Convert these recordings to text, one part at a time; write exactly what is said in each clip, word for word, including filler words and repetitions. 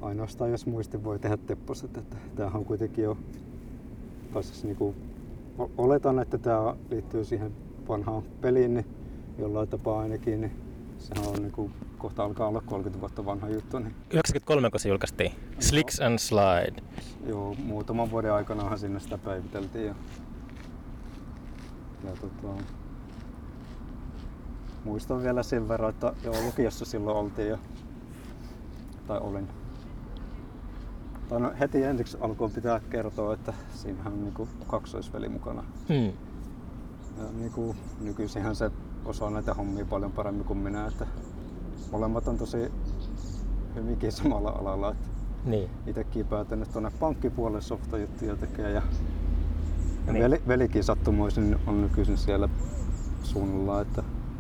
ainoastaan jos muisti voi tehdä tepposet, että tämähän on kuitenkin jo, tai siis niinku, oletan, että tämä liittyy siihen vanhaan peliin, niin jollain tapaa ainakin, niin sehän on niinku, kohta alkaa olla kolmekymmentä vuotta vanha juttu. Niin. yhdeksänkymmentäkolme, kun se julkaistiin. Slicks and Slide. Joo, muutaman vuoden aikanahan sinne sitä päiviteltiin. Ja, ja tota, muistan vielä sen verran, että joo, lukiossa silloin oltiin ja, tai olin. Tai no, heti ensiksi alkoi pitää kertoa, että siinähän on niinku kaksoisveli mukana. Hmm. Ja niinku, nykyisinhän se osaa näitä hommia paljon paremmin kuin minä, että molemmat on tosi hyvinkin samalla alalla. Että niin. Itsekin päätänyt tuonne pankkipuolelle softajuttuja tekee ja, ja niin. veli, velikin sattumoisin on nykyisin siellä suunnalla, että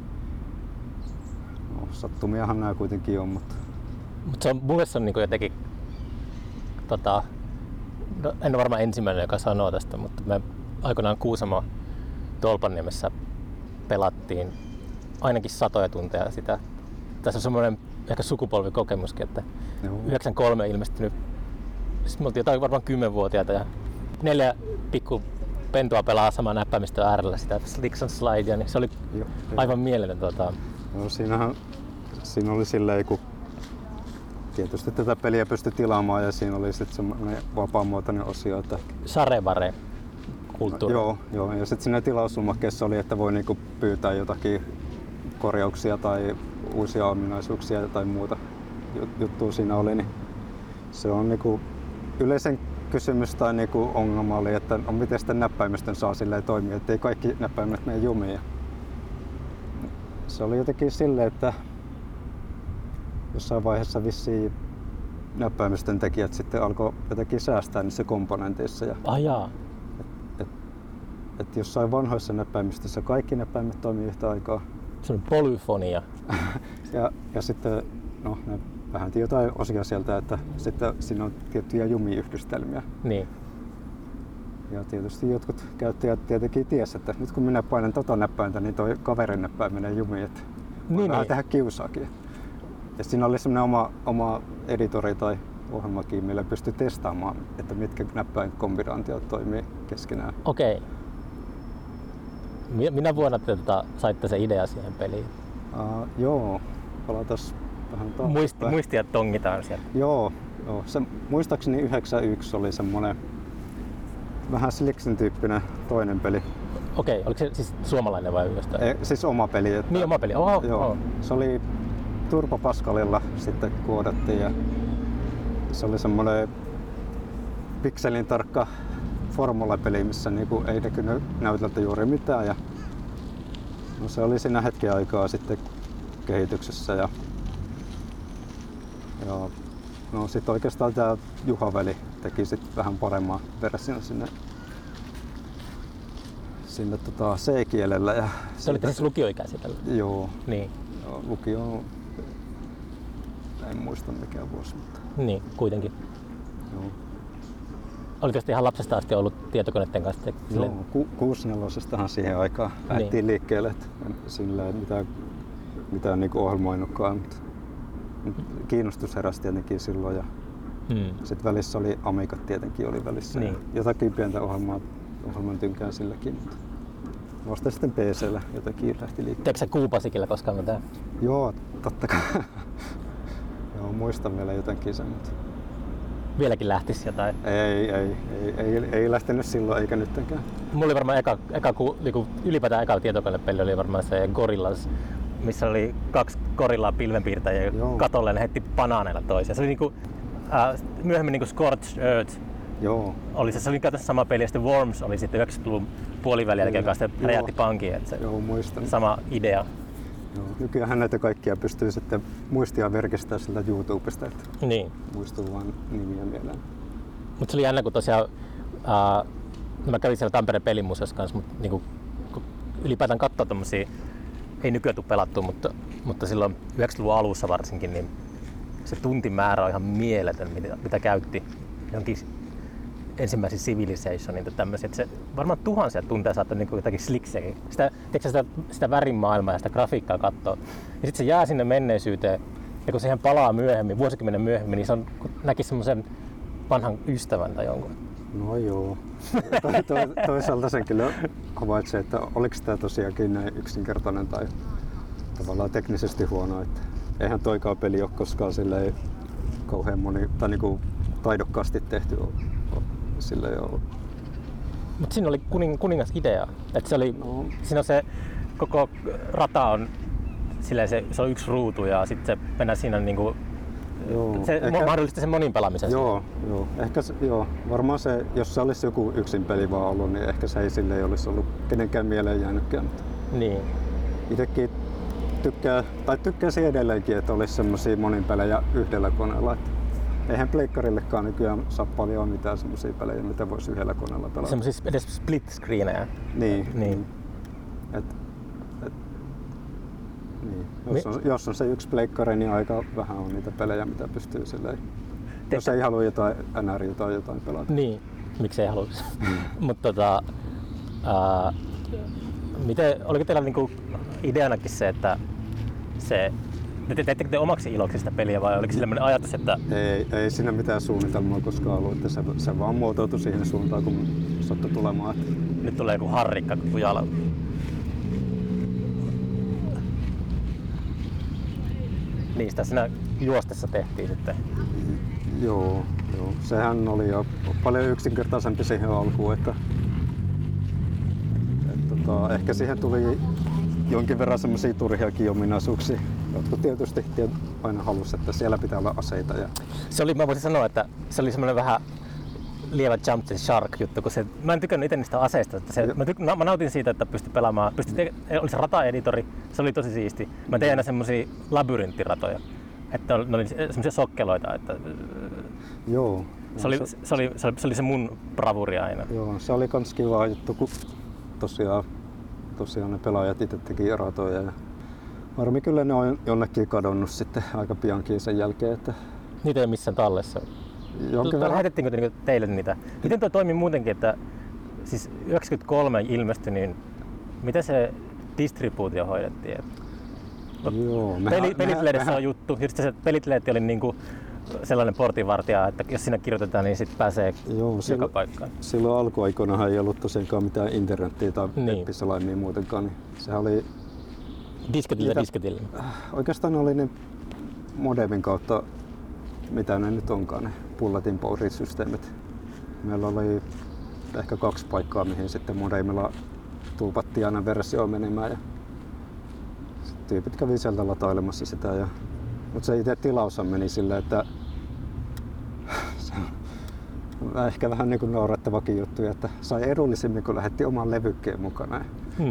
no, sattumiahan nämä kuitenkin on, mutta Mut se on, mulle se on niinku jotenkin, tota, no, en ole varmaan ensimmäinen, joka sanoo tästä, mutta me aikoinaan Kuusamo Tolpanniemessä pelattiin ainakin satoja tunteja sitä. Tässä on semmoinen ehkä sukupolvikokemuskin, että joo. yhdeksänkymmentäkolme ilmestynyt, sitten me oltiin jotain varmaan kymmenvuotiaita ja neljä pikku pentua pelaa samaa näppäimistön äärellä sitä Slicks and Slidea, niin se oli jo, aivan mieletön. Tota... No, siinähän, siinä oli silleen, kun tietysti tätä peliä pystyi tilaamaan ja siinä oli sitten semmoinen vapaamuotoinen osio. Että Sarevare kulttuuri. No, joo, joo, ja sitten siinä tilauslomakkeessa oli, että voi niinku pyytää jotakin korjauksia tai uusia ominaisuuksia tai muuta juttua siinä oli. Niin se on niinku yleisen kysymys tai niinku ongelma oli, että no, miten sitten näppäimistön saa silleen toimia, ettei kaikki näppäimet mene jumiin. Se oli jotenkin silleen, että jossain vaiheessa vissiin näppäimistön tekijät sitten alkoi jotenkin säästää niissä komponenteissa. Ja ah, jaa. Et, et, et jossain vanhoissa näppäimistössä kaikki näppäimet toimii yhtä aikaa. Se on polyfonia. ja, ja sitten no, ne vähänti jotain osia sieltä, että sitten siinä on tiettyjä jumiyhdistelmiä. Niin. Ja tietysti jotkut käyttäjät tietenkin tiesi, että nyt kun minä painan tota näppäintä, niin toi kaverin näppäin menee jumiin. Että voi niin, vähän niin. tehdä kiusaakin. Ja siinä oli semmoinen oma, oma editori tai ohjelmakin, millä pystyi testaamaan, että mitkä näppäinkombinaatiot toimii keskenään. Okei. Minä vuonna te tota, saitte se idea siihen peliin? Uh, joo, palatas vähän taas. Muisti, muistia tongitaan sieltä. Joo, joo. Se, muistaakseni yhdeksänkymmentäyksi oli semmoinen vähän Slicksin tyyppinen toinen peli. Okei, oliko se siis suomalainen vai jostain? E, siis oma peli. Että, niin, oma peli. Oho, joo, oho. Se oli Turbo Pascalilla sitten koodattiin ja se oli semmoinen pikselin tarkka formula-peli, missä niinku ei näkynyt näytöltä juuri mitään. Ja no, se oli siinä hetken aikaa sitten kehityksessä ja, ja no, sitten oikeastaan tämä Juha-veli teki sitten vähän paremman version sinne, sinne tota C-kielellä. Ja se oli tässä lukioikäisiä tällä? Joo. Niin. Joo, lukio, en muista mikä vuosi, mutta niin, kuitenkin. Joo. Oli tietysti ihan lapsesta asti ollut tietokoneiden kanssa? Joo, ku, kuusikymmentäneljä siihen aikaan lähdettiin niin liikkeelle, että sillä ei mitään, mitään niin ohjelmoinutkaan, mutta kiinnostus heräsi tietenkin silloin ja hmm. sitten välissä oli Amigat tietenkin oli välissä niin. Jotakin pientä ohjelmaa, ohjelman tynkään silläkin, mutta vasta sitten P C:llä jotakin lähti liikkeelle. Teekö sä kuupasikilla koskaan mitään? Joo, totta kai. Joo, muistan vielä jotakin sen, mutta vieläkin lähtisi jotain? Ei, ei, ei, ei, ei, ei lähtenyt silloin eikä nyttenkään. Mulla oli varmaan eka, eka niinku, ylipäätään eka tietokonepeli oli varmaan se Gorillaz, missä oli kaksi gorillaa pilvenpiirtäjiä katolle ja ne heitti banaaneilla toisiaan. Se oli niinku, äh, myöhemmin niinku Scorched Earth. Joo. Oli se, se oli käytössä sama peli ja sitten Worms oli sitten yhdeksänkymmentäluvun puolivälillä, joka sitten räjähti pankiin. Se joo, muistan. Sama idea. Joo. Nykyään näitä kaikkia pystyy sitten muistia virkistämään siltä YouTubesta, että niin. muistuu vaan nimiä mieleen. Mutta se oli jännä, kun tosiaan äh, mä kävin siellä Tampereen pelimuseossa kanssa, mutta niinku, ylipäätään katsoa tommosia, ei nykyään tule pelattua, mutta, mutta silloin yhdeksänkymmentäluvun alussa varsinkin, niin se tuntimäärä on ihan mieletön, mitä, mitä käytti jonkin ensimmäisiä Civilizationin tai tämmöisiä. Se varmaan tuhansia tunteja saattoi niin jotakin sliksejä. Sitä, sitä, sitä värimaailmaa ja sitä grafiikkaa katsoa. Ja sitten se jää sinne menneisyyteen Ja kun siihen palaa myöhemmin, vuosikymmenen myöhemmin, niin se on, kun näki semmoisen vanhan ystävän tai jonkun. No joo. To, to, toisaalta sen kyllä havaitsee, että oliko tämä tosiaankin näin yksinkertainen tai tavallaan teknisesti huono. Että eihän toikaan peli ole koskaan silleen kauhean moni, tai niinku taidokkaasti tehty silleen ollut. Mutta siinä oli kuning, kuningas idea. Että se oli, no. Siinä on se koko rata on silleen se, se on yksi ruutu ja sitten se mennään siinä niinku joo, se ehkä, mahdollisti sen monin pelaamisen. Joo, joo, ehkä joo. Varmaan se, jos se olisi joku yksin peli vaan ollut, niin ehkä se ei sille ei olisi ollut kenenkään mieleen jäänytkään. Niin. Itekin tykkää, tai tykkäsin edelleenkin, että olisi semmosia monin pelejä yhdellä koneella. Että eihän pleikkarillekaan nykyään saa paljon mitään semmosia pelejä, mitä voisi yhdellä koneella pelata. Semmosia edes split screenejä. Niin. niin. Et, et, niin. Jos, on, jos on se yksi pleikkari, niin aika vähän on niitä pelejä, mitä pystyy silleen. Te, jos ei halua jotain N R tai jotain pelata. Niin, miksei haluaisi. Mm. Mutta tota, ää, miten, oliko teillä niinku ideanakin se, että se, te teettekö te omaksi iloksi sitä peliä vai oliko sellainen ajatus, että... Ei, ei siinä mitään suunnitelmaa koskaan ollut, että se, se vaan muotoutui siihen suuntaan, kun sattui tulemaan. Nyt tulee joku harrikka kujalla. Niistä siinä juostessa tehtiin sitten. Joo, joo. Sehän oli jo paljon yksinkertaisempi siihen alkuun, että, että tota, ehkä siihen tuli jonkin verran semmoisia turhiakin ominaisuuksia. Jotkut tietysti aina halusi, että siellä pitää olla aseita. Ja... Se oli, mä voisin sanoa, että se oli semmoinen vähän lievä Jump the Shark juttu, kun se, mä en tykännyt itse niistä aseista. Että se, mä, tyk- mä nautin siitä, että pystyi pelaamaan, pystyi te- oli se rata-editori, se oli tosi siisti. Mä tein aina semmosia labyrinthiratoja, että ne oli semmosia sokkeloita. Että... Joo. Se oli se, se, oli, se, oli, se oli se mun bravuri aina. Joo, se oli kans kiva juttu, kun tosiaan, tosiaan ne pelaajat itse teki ratoja. Ja harmi kyllä ne on jonnekin kadonnut sitten aika piankin sen jälkeen. Että... Niitä ei ole missään tallessa. Jonkin verran... Lähetettiinkö te niinku teille niitä? Miten tuo toimii muutenkin, että siis yhdeksänkymmentäkolme ilmestyi, niin miten se distribuutio hoidettiin? Joo, Peli, Pelitlehdessä on juttu, just se Pelitlehti oli niinku sellainen portinvartija, että jos sinne kirjoitetaan, niin sitten pääsee joo, joka silloin, paikkaan. Silloin alkuaikoinahan ei ollut tosiaankaan mitään internettiä tai niin. web-selaimia muutenkaan, niin sehän oli... Disketillä ja disketillä. Oikeastaan ne oli ne modemin kautta, mitä ne nyt onkaan, ne bulletin board-systeemit. Meillä oli ehkä kaksi paikkaa, mihin sitten modemilla tulpattiin aina versioon menemään. Ja tyypit kävi sieltä latailemassa sitä. Ja... Mutta se itse tilaus meni silleen, että se on ehkä vähän niin kuin naurettavakin juttu, että sai edullisimmin, kun lähetti oman levykkeen mukana.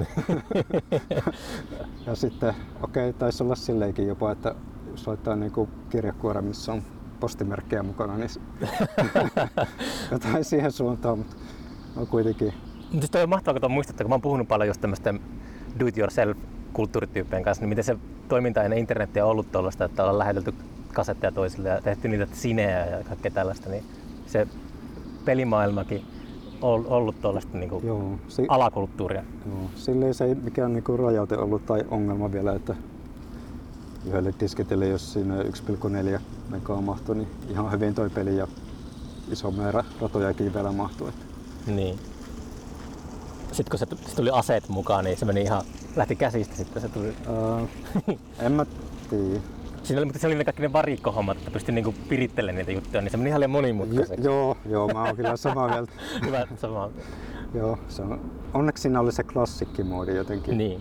Ja sitten, okei, okay, taisi olla silleenkin jopa, että jos laittaa niinku kirjekuora, missä on postimerkkejä mukana, niin jotain siihen suuntaan, mutta on kuitenkin. Mutta toi on mahtavaa, kun tuon muistatte, kun mä oon puhunut paljon just tämmöisten do-it-yourself-kulttuurityyppien kanssa, niin miten se toiminta ennen internetiä on ollut tuollaista, että ollaan lähetelty kasetteja toisille ja tehty niitä sinejä ja kaikkea tällaista, niin se pelimaailmakin on ollut tuollaista niinku joo, si- alakulttuuria. Joo, silleen se ei mikään niinku rajoite ollut tai ongelma vielä, että yhdelle disketille, jos siinä yksi pilkku neljä megaa mahtui, niin ihan hyvin toi peli ja iso määrä ratojakin vielä mahtui. Niin. Sitten kun se tuli aseet mukaan, niin se meni ihan, lähti käsistä sitten se tuli. Uh, en mä tiedä. Siinä oli, mutta se oli ne kaikki ne varikkohommat, että pystyi niinku pirittelemään niitä juttuja, niin se meni ihan liian monimutkaiseksi. Jo, joo, joo, mä oon kyllä samaa mieltä. Hyvä, samaa. Joo, se on. Onneksi siinä oli se klassikkimoodi jotenkin. Niin.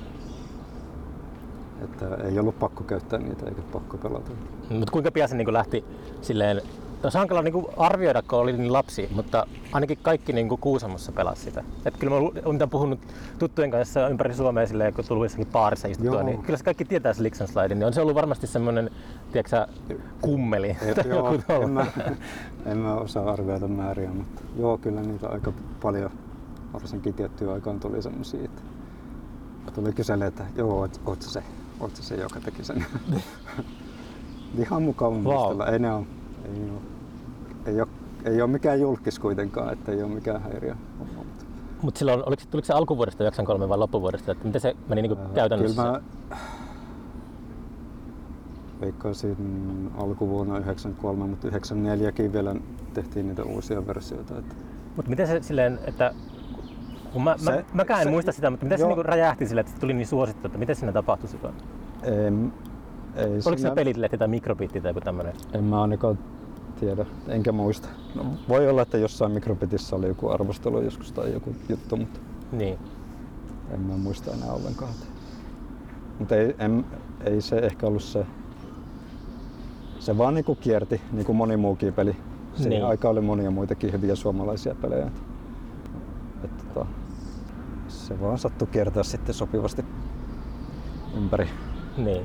Että ei ollut pakko käyttää niitä eikä pakko pelata. Mutta kuinka pian se niinku lähti silleen, no se on hankala niinku arvioida, kun oli niin lapsi, mutta ainakin kaikki niinku Kuusamossa pelasi sitä. Et kyllä mä olen puhunut tuttujen kanssa ympäri Suomea silleen, kun tullut jossakin baarissa istuttua, niin kyllä se kaikki tietää se Lichtensteinin, niin on se ollut varmasti semmoinen, tiedätkö kummeli. Et, joo, en, mä, en mä osaa arvioida määriä, mutta joo, kyllä niitä aika paljon, varsinkin tiettyyn aikaan tuli semmosia, että tuli kyselemään, että joo, oot, oot se, oot se, joka teki sen. Ihan mukava muistella, wow. ei ne ole. Ei ole, ei, ole, ei ole mikään julkis kuitenkaan, että ei ole mikään häiriö. Mutta silloin, oliko, tuliko se alkuvuodesta yhdeksänkymmentäkolme vai loppuvuodesta? Että miten se meni niinku käytännössä? Kyllä mä, veikkaisin alkuvuonna yhdeksänkymmentäkolme, mutta yhdeksänkymmentäneljäkin vielä tehtiin niitä uusia versioita. Että Mutta miten se silleen, että kun mä, se, mä, mäkään en se, muista sitä, mutta miten joo. se niinku räjähti silleen, että se tuli niin suosittu, että miten siinä tapahtui silloin? En, ei Oliko siinä, se pelitilleet tai mikrobittiä tai joku tämmönen? En mä ainakaan tiedä, enkä muista. No, voi olla, että jossain mikrobitissä oli joku arvostelu joskus tai joku juttu, mutta Niin. en mä muista enää ollenkaan. Mutta ei, en, ei se ehkä ollut se. Se vaan niinku kierti, niin kuin moni muukin peli. Siihen Niin. aikaan oli monia muitakin hyviä suomalaisia pelejä. Et, tota, se vaan sattui kiertää sitten sopivasti ympäri. Niin.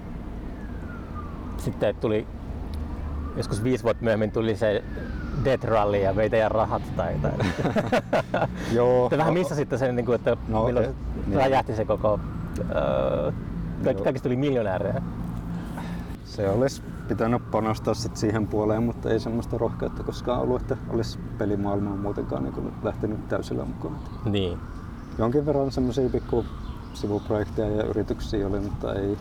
Sitten tuli, joskus viisi vuotta myöhemmin tuli se Death Rally ja vei teidän rahat tai jotain. Joo. Te vähän missasitte sen, että No, milloin et, niin. räjähti se koko... Öö, kaikki, Joo. kaikista tuli miljonäärejä. Se olisi pitänyt panostaa sit siihen puoleen, mutta ei semmoista rohkeutta koskaan ollut, että olisi pelimaailmaa muutenkaan niin kuin lähtenyt täysillä mukaan. Niin. Jonkin verran semmoisia pikku sivuprojekteja ja yrityksiä oli, mutta ei,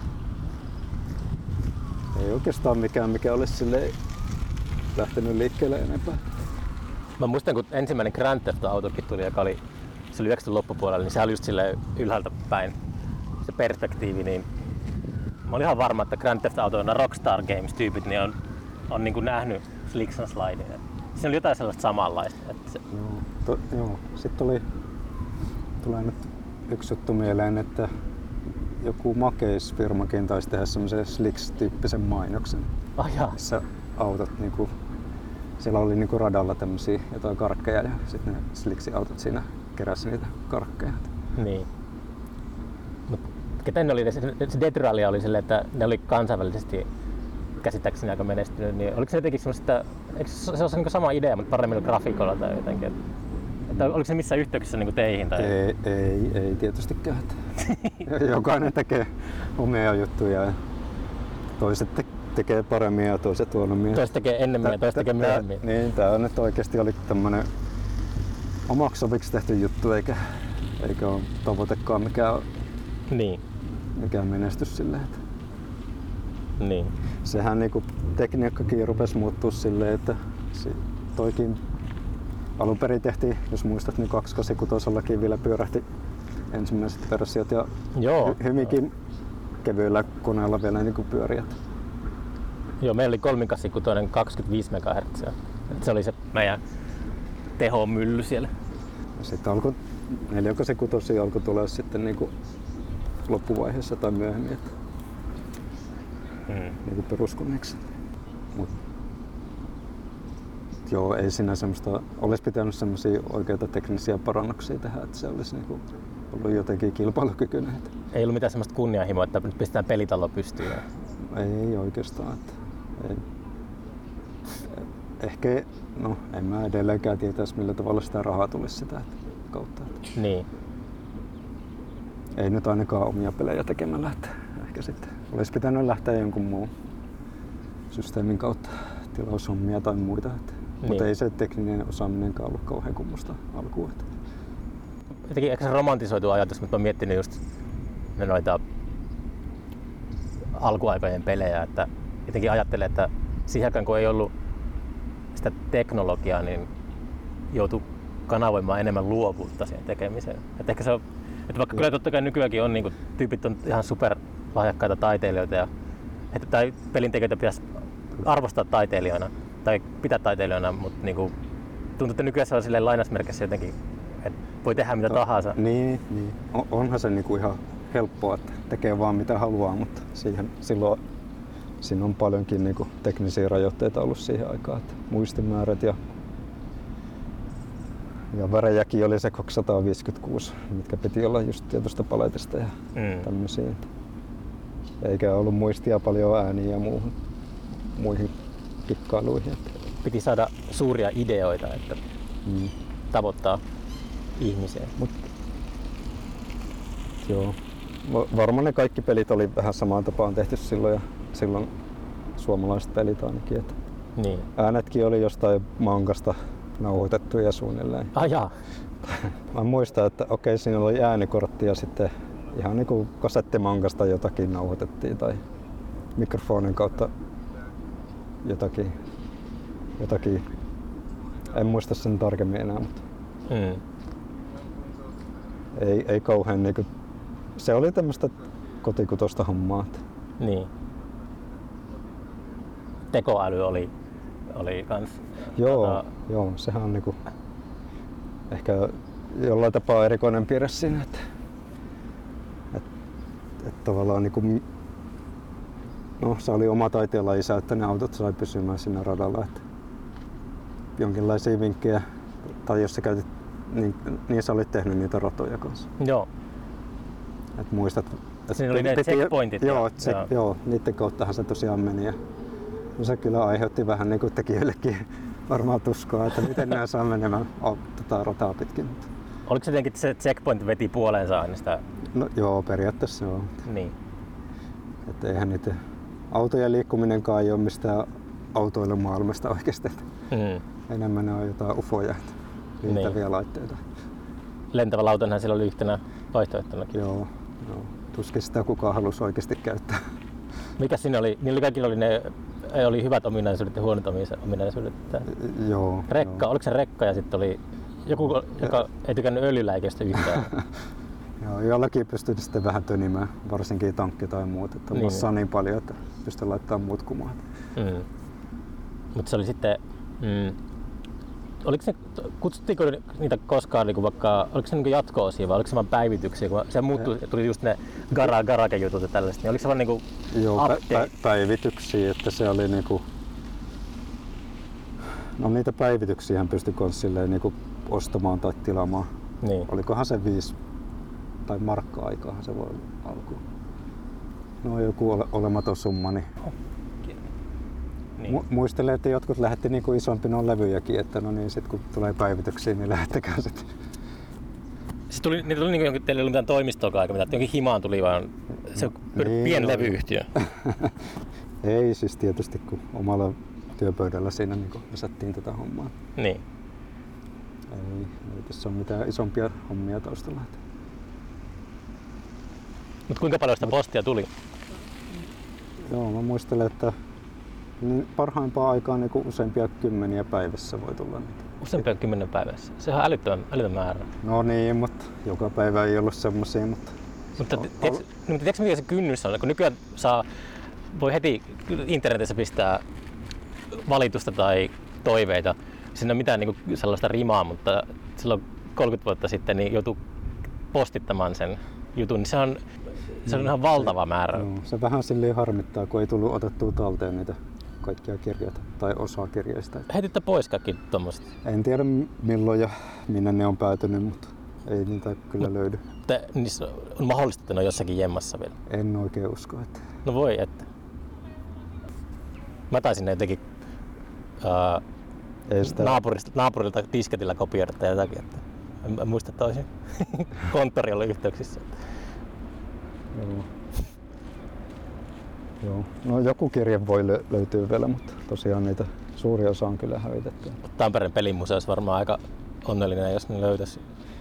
ei oikeastaan mikään, mikä olisi silleen lähtenyt liikkeelle enempää. Mä muistan, kun ensimmäinen Grand Theft Autokin tuli, joka oli, se oli yhdeksänkymmentäluvun loppupuolella, niin se oli just silleen ylhäältä päin se perspektiivi, niin mä olin ihan varma, että Grand Theft Auto ja Rockstar Games-tyypit niin on, on niin kuin nähnyt Slicks and Slidin. Siinä oli jotain sellaista samanlaista. Että se... Joo, to, joo. Sitten oli, tulee nyt yksi juttu mieleen, että joku makeisfirmakin taisi tehdä semmoisen Slicks-tyyppisen mainoksen. Oh, jaa. Missä autot niinku, siellä oli niinku radalla tämmösiä jotain karkkeja ja sitten ne Slicks-autot siinä keräsi niitä karkkeja. Niin. Mut keten ne oli, se, se Death Rally oli silleen, että ne oli kansainvälisesti käsittääkseni aika menestynyt, niin oliko se jotenkin semmoista, eikö se ole niinku sama idea, mutta paremmilla grafiikoilla tai jotenkin? Että oliko se missään yhteyksissä niinku teihin? Tai... Ei, ei, ei tietystikään. Jokainen tekee omia juttuja ja toiset te- tekee paremmin ja toiset huonommin. Toiset tekee ennemmin ja toiset tekee myöhemmin. Niin, tää nyt oikeesti oli tämmönen omaksi soviksi tehty juttu eikä, eikä ole tavoitekaan mikään, Niin. mikään menestys silleen. Että Niin. sehän niinku tekniikkakin rupesi muuttua silleen, että toikin alun perin tehtiin, jos muistat, niin kaksisataakahdeksankymmentäkuusi vielä pyörähti ensimmäiset versiot ja Joo. hy- hyvinkin kevyillä koneella vielä niin pyöriä. Joo, meillä oli kolmikahdeksankymmentäkuusi kaksikymmentäviisi megahertsiä. Se oli se meidän tehomylly siellä. Sitten alkoi neljäkahdeksankymmentäkuusi alkoi tulla sitten niin loppuvaiheessa tai myöhemmin, että Mm. niin peruskoneeksi. Mut joo, ei siinä semmoista, olisi pitänyt semmoisia oikeita teknisiä parannuksia tehdä, että se olisi niinku ollut jotenkin kilpailukykyinen. Ei ollut mitään semmoista kunnianhimoa, että nyt pistetään pelitalo pystyyn. Ei oikeastaan. Että ei. Ehkä, no en mä edelleenkään tietäisi millä tavalla sitä rahaa tulisi sitä kautta. Että Niin. ei nyt ainakaan omia pelejä tekemällä, että ehkä sitten olisi pitänyt lähteä jonkun muun systeemin kautta tilaushommia tai muita. Että Niin. mutta ei se tekninen osaaminenkaan ollut kauhean kummusta alkuun. Että Jotenkin ehkä se romantisoitu ajatus, mutta mä oon miettinyt just noita alkuaikojen pelejä, että jotenkin ajattelen, että siihen aikaan kun ei ollut sitä teknologiaa, niin joutui kanavoimaan enemmän luovuutta siihen tekemiseen. Että ehkä se on, että vaikka kyllä totta kai nykyäänkin on, niin kuin, tyypit on ihan super lahjakkaita taiteilijoita ja että, tai pelintekijöitä pitäisi arvostaa taiteilijoina tai pitää taiteilijoina, mutta niin kuin, tuntuu, että nykyään se on silleen lainausmerkissä jotenkin, että voi tehdä mitä tahansa. Niin, niin. On, onhan se niinku ihan helppoa, että tekee vaan mitä haluaa, mutta siihen, silloin siinä on paljonkin niinku teknisiä rajoitteita ollut siihen aikaan. Että muistimäärät ja, ja värejäkin oli se kaksisataaviisikymmentäkuusi, mitkä piti olla just tietystä paletista ja Mm. tämmöisiä. Eikä ollut muistia paljon ääniä ja muuhun, muihin kikkailuihin. Piti saada suuria ideoita, että Mm. tavoittaa ihmisiä. Mut, joo. Va- Varmaan ne kaikki pelit oli vähän samaan tapaan tehty silloin ja silloin suomalaiset pelit ainakin. Että Niin. äänetkin oli jostain mangasta nauhoitettuja suunnilleen. Ah jaa. Mä muistan, että okei, siinä oli äänikortti ja sitten ihan niinku kasettimangasta jotakin nauhoitettiin tai mikrofonin kautta jotakin, jotakin, en muista sen tarkemmin enää, mutta mm. ei, ei kauhean niinku, se oli tämmöistä kotikutosta hommaa. Niin. Tekoäly oli, oli kans. Joo, tota... joo, sehän on niinku ehkä jollain tapaa erikoinen piirre siinä, että et, et tavallaan niinku, no se oli oma taiteella isä, että ne autot sai pysymään siinä radalla, että jonkinlaisia vinkkejä, tai jos sä käytit, niin, niin sä olit tehnyt niitä ratoja kanssa. Joo. Et muistat, et siinä oli ne checkpointit. Joo, ja, check, joo. joo, niiden kauttahan se tosiaan meni. Ja no se kyllä aiheutti vähän niin kuin tekijöillekin varmaan tuskaa, että miten nämä saa menemään tota rataa pitkin. Oliko se jotenkin, että se checkpoint veti puoleensa aina sitä? No joo, periaatteessa joo. Niin. Että eihän niitä autojen liikkuminenkaan ei ole mistään autoilumaailmasta oikeasti. Mm. Enemmän ne on jotain ufoja, liittäviä niin. laitteita. Lentävä lautanhan siellä oli yhtenä vaihtoehtonakin. Joo, joo. Tuskin sitä kukaan halusi oikeasti käyttää. Mikä siinä oli? Niillä kaikilla oli ne oli hyvät ominaisuudet ja huonot ominaisuudet. Joo. Rekka, joo. oliko se rekka ja sitten oli joku, joka ja... ei tykännyt öljyläikestä yhtään? Joo, jollakin pystyi sitten vähän tönimään, varsinkin tankki tai muut. Että niin. Massaa niin paljon, että pystyi laittamaan muut kumaan. Mm. Mutta se oli sitten, mm, oliko se, kutsuttiinko niitä koskaan niin vaikka, oliko se niin jatko-osia vai oliko se vain päivityksiä? Kun se muuttui, tuli just ne gara, garage-jutut ja tällaiset, niin oliko se vaan niin Joo, pä- päivityksiä, että se oli niinku, no niitä päivityksiä pystyi kans silleen niinku ostamaan tai tilaamaan. Niin. Olikohan se viisi tai markka-aikaahan se voi olla alkuun. No joku ole, olematon summa, niin, niin. Mu- muistelen, että jotkut lähetti niinku isompina levyjäkin, että no niin sit kun tulee päivityksiä, niin lähettäkää sit. Siis tuli, niitä tuli niinku, teillä ei ollut mitään toimistoakaan aika mitään, jonkin himaan tuli vaan se niin, pieni levyyhtiö. Ei siis tietysti, kun omalla työpöydällä siinä niin lisättiin tätä hommaa. Niin. Ei, ei tässä ole mitään isompia hommia taustalla. Mut kuinka paljon sitä postia tuli? Joo, mä muistelen, että niin parhaimpaan aikaan niin useampia kymmeniä päivässä voi tulla niitä. Useampia kymmenen päivässä? Sehän on älyttömän, älytön määrä. No niin, mutta joka päivä ei ollut semmosia, mutta... Mutta tiedätkö, no, tiedätkö mikä se kynnys on? Kun nykyään saa, voi heti internetissä pistää valitusta tai toiveita. Siinä ei ole mitään niin kuin sellaista rimaa, mutta silloin kolmekymmentä vuotta sitten niin joutui postittamaan sen jutun, niin se on, se on ihan valtava määrä. Joo, se vähän silleen harmittaa, kun ei tullut otettua talteen niitä kaikkia kirjoita tai osaa kirjeistä. Heititte pois kaikki tommoset? En tiedä milloin ja minne ne on päätynyt, mutta ei niitä kyllä Mut löydy. Te, niissä on mahdollista, että ne on jossakin jemmassa vielä? En oikein usko. Että... No voi, että. Mä taisin ne jotenkin uh, sitä... naapurilta disketillä kopioida tai jotakin. Että en, en muista toisin. Konttori oli yhteyksissä. Joo. Joo. No joku kirje voi lö- löytyä vielä, mutta tosiaan niitä suuri osa on kyllä hävitetty. Tampereen pelimuseo olisi varmaan aika onnellinen, jos ne löytäisi.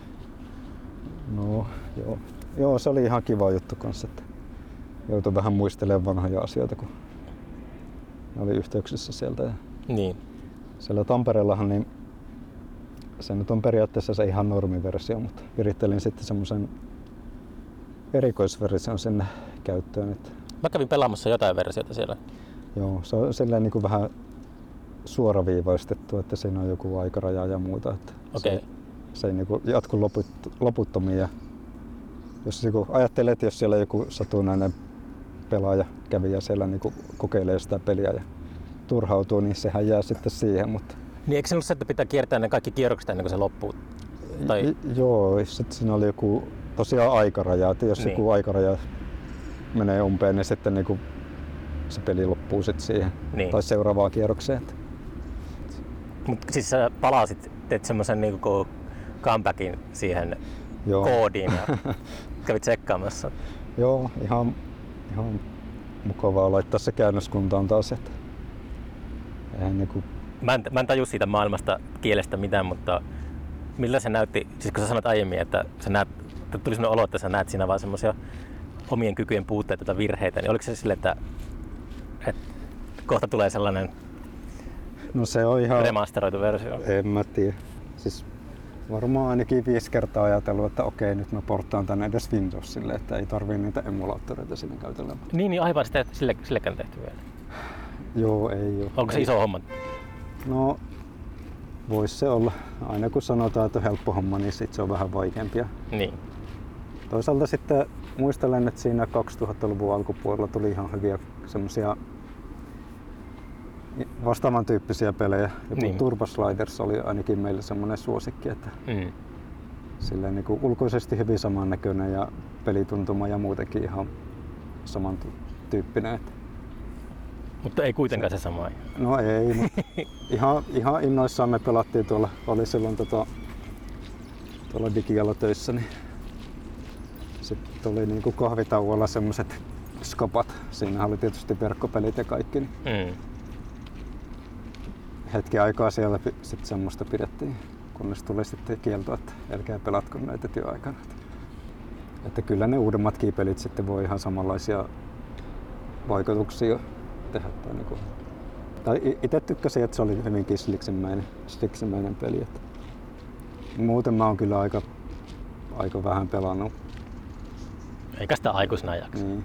No joo. Joo, se oli ihan kiva juttu kanssa, että joutui vähän muistelemaan vanhoja asioita, kun ne oli yhteyksissä sieltä. Ja niin. Siellä Tampereellahan niin se nyt on periaatteessa se ihan normiversio, mutta virittelin sitten semmoisen erikoisversion sinne käyttöön. Että mä kävin pelaamassa jotain versiota siellä. Joo, se on silleen niin kuin vähän suoraviivaistettu, että siinä on joku aikaraja ja muuta. Että okay. se, se ei niin kuin jatku loput, loputtomiin. Ja jos niin kuin ajattelee, että jos siellä joku satunnainen pelaaja kävi ja siellä niin kuin kokeilee sitä peliä ja turhautuu, niin sehän jää sitten siihen. Mutta niin eikö se ollut se, että pitää kiertää ne kaikki kierrokset ennen kuin se loppuu? Tai... J- joo, sitten siinä oli joku tosiaan aikaraja, että jos niin. joku aikaraja menee umpeen, niin sitten niin kuin se peli loppuu sitten siihen niin. Tai seuraavaan kierrokseen. Mutta siis sä palasit, teet semmoisen niin kuin comebackin siihen Joo. koodiin ja kävit tsekkaamassa. Joo, ihan, ihan mukavaa laittaa se käännöskuntaan taas. Että eihän niinku... mä, en, mä en taju siitä maailmasta kielestä mitään, mutta miltä se näytti, siis kun sä sanoit aiemmin, että sä näet, että tuli sellainen olo, että sä näet siinä vaan semmoisia omien kykyjen puutteita tai virheitä, niin oliko se silleen, että Et kohta tulee sellainen No se on ihan... remasteroitu versio. En mä tiedä. Siis varmaan ainakin viisi kertaa ajatellut, että okei, nyt mä porttaan tänne edes Windowsille, että ei tarvii niitä emulaattoreita sinne käytellä. Niin, niin aivan sitä sille, sillekään tehty vielä. Joo, ei oo. Onko se iso homma? No, vois se olla. Aina kun sanotaan, että on helppo homma, niin sit se on vähän vaikeampia. Niin. Toisaalta sitten muistelen, että siinä kaksituhattaluvun alkupuolella tuli ihan hyviä semmosia vastaavan tyyppisiä pelejä. Joku Niin. Turbo Sliders oli ainakin meillä semmoinen suosikki, että Mm. silleen niin kuin ulkoisesti hyvin samannäköinen ja pelituntuma ja muutenkin ihan samantyyppinen. Mutta ei kuitenkaan se sama. No ei, mutta ihan, ihan innoissaan me pelattiin tuolla, oli silloin tota, tuolla Digialla töissä, niin sitten oli niinku kahvitauolla semmoset skopat. Siinä oli tietysti verkkopelit ja kaikki, niin Mm. hetki aikaa siellä sit semmoista pidettiin, kunnes tuli sitten kielto, että älkää pelatko näitä työaikana. Että kyllä ne uudemmatkin pelit sitten voi ihan samanlaisia vaikutuksia tehdä. Tai, niinku, tai itse tykkäsin, että se oli hyvinkin sliksemmäinen, sliksemmäinen peli. Että muuten mä oon kyllä aika, aika vähän pelannut. Eikä sitä aikuisena jaksa. Niin.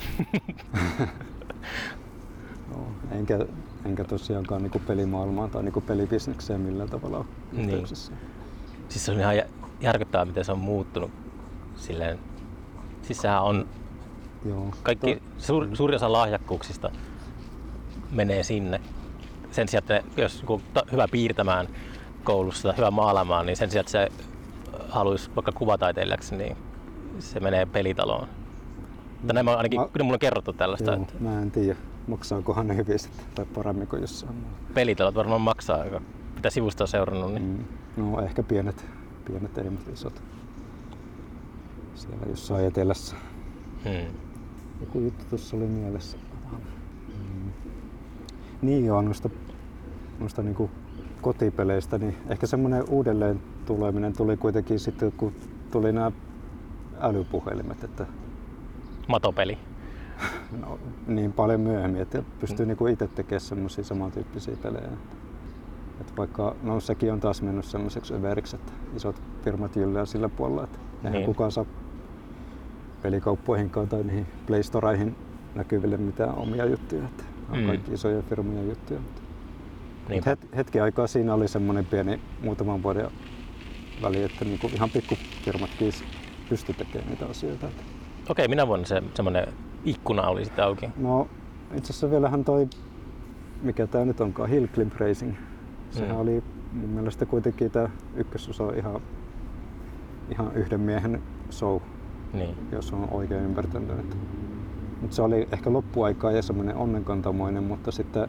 no, enkä, enkä tosiaankaan niinku pelimaailmaan tai niinku pelibisnekseen millään tavalla ole yhteyksissä. Niin. Siis se on ihan järkyttävää, miten se on muuttunut. Silleen, siis sehän on Joo. kaikki, To- suur, suuri osa lahjakkuuksista menee sinne. Sen sijaan, että jos joku ta- hyvä piirtämään koulussa tai hyvä maalaamaan, niin sen sijaan, että se haluaisi vaikka kuvataiteilijaksi, niin se menee pelitaloon. Mutta näin mä ainakin, Mä- kyllä mulla on kerrottu tällaista, Joo, että mä en tiedä, maksaakohan ne hyvin sitten, tai paremmin kuin jossain muualla. pelitalot varmaan maksaa aika. Mitä sivusta on seurannut, niin Mm. No ehkä pienet, pienet ei, mutta isot. Siellä jossain etelässä. hmm. Joku juttu tuossa oli mielessä. Mm. Niin joo, noista, noista niinku kotipeleistä, niin ehkä semmoinen uudelleen tuleminen tuli kuitenkin sitten, kun tuli nämä älypuhelimet, että matopeli. no, niin paljon myöhemmin, että pystyy mm. niinku itse tekemään semmoisia samantyyppisiä pelejä. Että vaikka, no sekin on taas mennyt semmoiseksi överiksi, että isot firmat jyllää sillä puolella, että eihän Niin. kukaan saa pelikauppoihinkaan tai niihin Play Storeihin näkyville mitään omia juttuja, että on Mm. kaikki isoja firmoja juttuja. Niin. Mut het, hetki aikaa siinä oli semmoinen pieni muutaman vuoden väli, että niinku ihan pikkufirmatkin pysty tekemään niitä asioita. Että Okei, minä vuonna se semmoinen ikkuna oli sitten auki. no itse asiassa vielähän toi, mikä tää nyt onkaan, Hill Climb Racing. Sehän Mm. oli mun mielestä kuitenkin tää ykkösosa ihan, ihan yhden miehen show, Niin. jos on oikein ymmärtänyt. Mutta se oli ehkä loppuaikaa ja semmoinen onnenkantamoinen, mutta sitten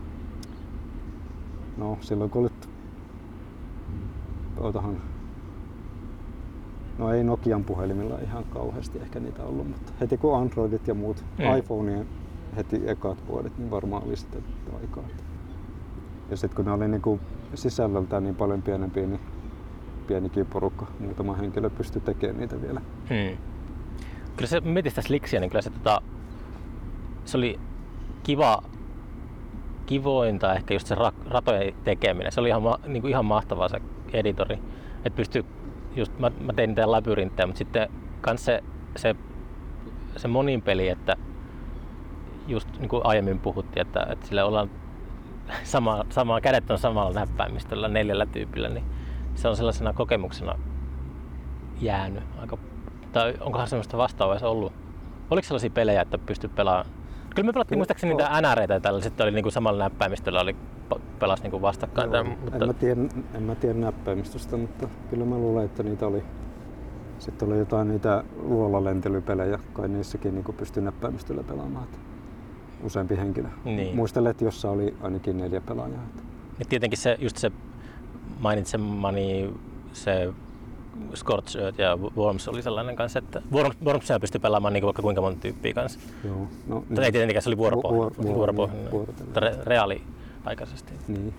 no silloin kun olit, ootahan, no ei Nokian puhelimilla ihan kauheasti ehkä niitä ollut, mutta heti kun Androidit ja muut Mm. iPhoneien heti ekat vuodet, niin varmaan oli sitten aikaa. Ja sitten kun ne oli niinku sisällöltään niin paljon pienempiä, niin pienikin porukka, muutama henkilö pystyi tekemään niitä vielä. Hmm. Kyllä se, mietin sitä Slixiä, niin kyllä se, tota, se oli kiva, kivointa ehkä just se ra- ratojen tekeminen. Se oli ihan, ma- niin kuin ihan mahtavaa se editori. Että pystyi just, mä, mä tein niitä labyrinttejä, mutta sitten kans se, se, se monin peli, että just niin kuin aiemmin puhuttiin, että, että sillä ollaan sama, sama, kädet on samalla näppäimistöllä neljällä tyypillä, niin se on sellaisena kokemuksena jäänyt aika. Tai onkohan semmoista vastaavaa edes ollut? Oliko sellaisia pelejä, että pystyi pelaamaan? Kyllä me pelattiin muistaakseni niitä N R-itä ja tällaiset, oli niinku samalla näppäimistöllä oli pelas niinku vastakkain. Joo, Tämän, mutta en, mä tiedä, en mä tiedä näppäimistöstä, mutta kyllä mä luulen, että niitä oli. Sitten oli jotain niitä luolalentelypelejä, kai niissäkin niin pystyi näppäimistöllä pelaamaan. Että useampi henkilö. Niin. Muistelen, että jossa oli ainakin neljä pelaajaa. Että ja tietenkin se, just se mainitsemani se Scorched Earth ja Worms oli sellainen kanssa, että Worms, Wormsia pystyi pelaamaan niin vaikka kuinka monta tyyppiä kanssa. joo, no, Tai ei tietenkään, se oli vuoropohjainen. Vuor- vuor- vuoropohjainen. vuoropohjainen. Re- reaaliaikaisesti. Niin.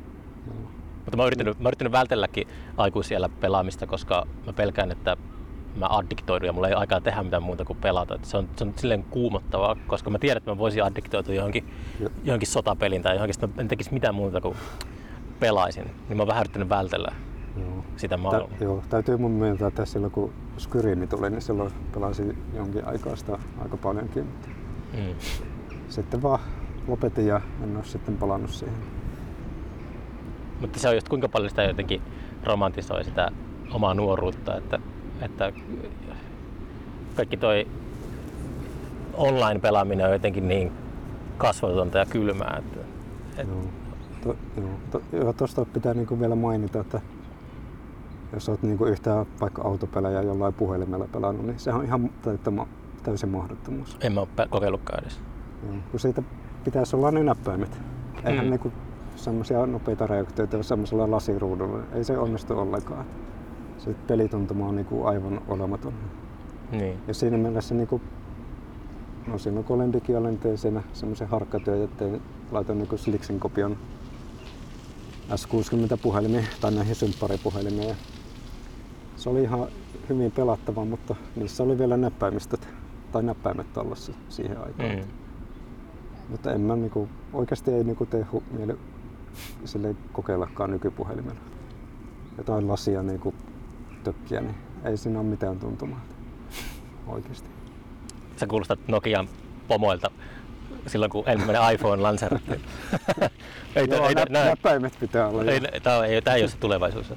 Mutta mä oon yrittänyt, mä oon yrittänyt vältelläkin aikuisiellä pelaamista, koska mä pelkään, että mä addiktoidun ja mulla ei aikaa tehdä mitään muuta kuin pelata. Et se on, se on silleen kuumottavaa, koska mä tiedän, että mä voisin addiktoitua johonkin, johonkin sotapeliin tai johonkin, että mä en tekisi mitään muuta kuin pelaisin. Niin mä oon vähän yrittänyt vältellä Joo. sitä maailmaa. Tä, joo, täytyy mun myöntää, että silloin kun Skyrimi tuli, niin silloin pelasin jonkin aikaa sitä aika paljonkin. Mm. Sitten vaan lopetin ja en ole sitten palannut siihen. Mutta se on just kuinka paljon sitä jotenkin romantisoi sitä omaa nuoruutta, että, että kaikki toi online-pelaaminen on jotenkin niin kasvotonta ja kylmää. Että, et... Joo, to, joo, to, joo, tosta pitää niinku vielä mainita, että jos olet niinku yhtään vaikka autopelejä jollain puhelimella pelannut, niin se on ihan täyttämä, täysin mahdottomuus. En mä ole kokeillutkaan edes. Joo, kun siitä pitäisi olla ne näppäimet. Eihän Mm. niinku semmoisia nopeita reaktioita semmoisella lasiruudulla. Ei se onnistu ollenkaan. Se pelituntuma on niinku aivan olematon. Niin. Ja siinä mielessä niinku, no silloin kun olin digialen, tein siinä semmoisen harkkatyön ja tein, laitoin niinku Sliksin kopion S kuusikymmentä puhelimia tai näihin sympparipuhelimiin. Se oli ihan hyvin pelattava, mutta niissä oli vielä näppäimistöt tai näppäimet tallessa siihen aikaan. Mm. Mutta en mä niinku, oikeasti ei niinku tee hu- mieli silleen kokeillakaan nykypuhelimella. Jotain lasia niinku tökkiä, niin ei siinä ole mitään tuntumaa. Oikeasti. Sä kuulostat Nokian pomoilta silloin, kun ensimmäinen iPhone lanseerattiin. ei, Joo, ei, nä- nä- näppäimet pitää olla. ei, tää, ei, tää ei ole se tulevaisuus.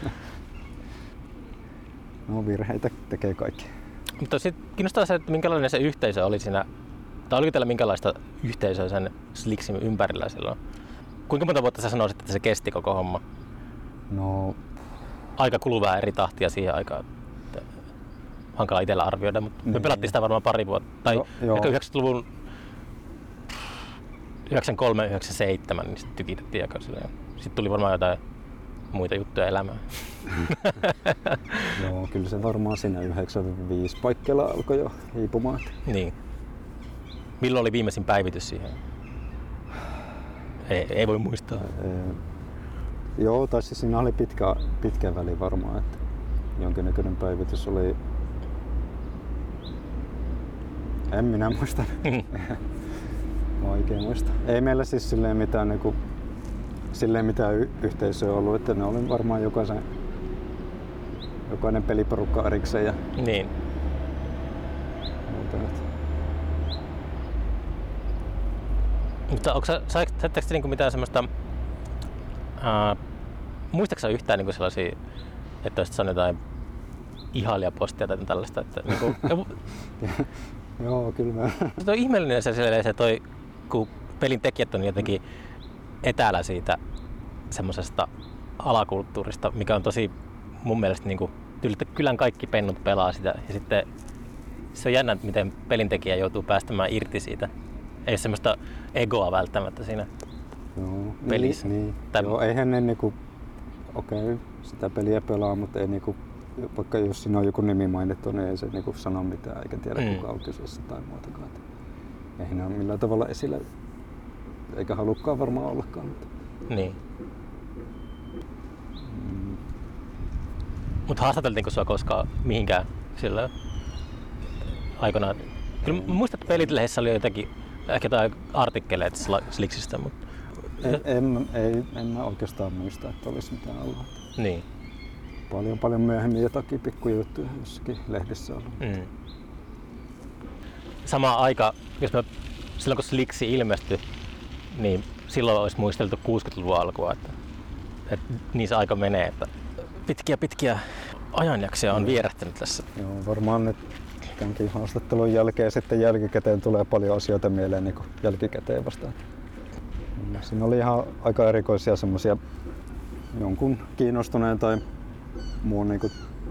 No virheitä tekee kaikki. Mutta sitten kiinnostaa se, että minkälainen se yhteisö oli siinä, tai oliko teillä minkälaista yhteisöä sen Sliksin ympärillä silloin? Kuinka monta vuotta sä sanoisit, että se kesti koko homma? No, Aika kuluu vähän eri tahtia siihen aikaan. Että hankala itsellä arvioida, mutta me Niin. pelattiin sitä varmaan pari vuotta. Tai Jo- joo. ehkä yhdeksänkymmentäluvun yhdeksänkymmentäkolme yhdeksänkymmentäseitsemän, niin sitten tykitettiin aika silleen. Sitten tuli varmaan jotain muita juttuja elämään. joo, kyllä se varmaan siinä yhdeksänkymmentäviisi paikkeilla alkoi jo hiipumaan. Niin. Milloin oli viimeisin päivitys siihen? Ei, ei voi muistaa. Ee, joo, tai siis siinä oli pitkä, pitkä väli varmaan, että jonkinnäköinen päivitys oli. En minä muista. Vaikea muista. Ei meillä siis silleen mitään, niinku, silleen mitään y- yhteisöä ollut, että ne oli varmaan jokaisen, jokainen peliporukka erikseen ja Niin. muuta. että- Mutta onko sä, saitteko te niinku mitään semmoista, ää, muistatko sä yhtään niinku sellaisia, että olisit saanut jotain ihailijapostia tai tällaista, että niinku, Joo, kyllä mä. se on ihmeellinen se, se, se toi, kun pelin tekijät on jotenkin etäällä siitä semmosesta alakulttuurista, mikä on tosi mun mielestä niinku, tyyli, että kylän kaikki pennut pelaa sitä ja sitten se on jännä, miten pelintekijä joutuu päästämään irti siitä. Ei ole semmoista egoa välttämättä siinä Joo, pelissä. Niin, niin. Tai- Joo, eihän ne niinku, okei, okay, sitä peliä pelaa, mutta ei niinku, vaikka jos siinä on joku nimi mainittu, niin ei se niinku sano mitään, eikä tiedä Mm. kuka on kyseessä tai muutakaan. Ei ne ole millään tavalla esillä, eikä halukkaan varmaan ollakaan. Mutta. Niin. Mm. Mutta haastateltiinko sua koskaan mihinkään sillä aikanaan? Kyllä mä muistan, että Pelit-lehdessä oli jotakin, ehkä jotain artikkeleita Sla- Sliksistä, mutta En, en, ei, en mä oikeastaan muista, että olisi mitään ollut. niin. Paljon paljon myöhemmin jotakin pikkujuttuja jossakin lehdissä ollut. Mm. Sama aika, jos mä, silloin kun Sliksi ilmestyi, niin silloin olisi muisteltu kuusikymmentäluvun alkua, että, että niin se aika menee, että pitkiä pitkiä ajanjaksoja on vierähtänyt tässä. Joo, varmaan nyt tämänkin haastattelun jälkeen sitten jälkikäteen tulee paljon asioita mieleen niin kuin jälkikäteen vasta. Siinä oli ihan aika erikoisia semmoisia jonkun kiinnostuneen tai muun, niin kuin,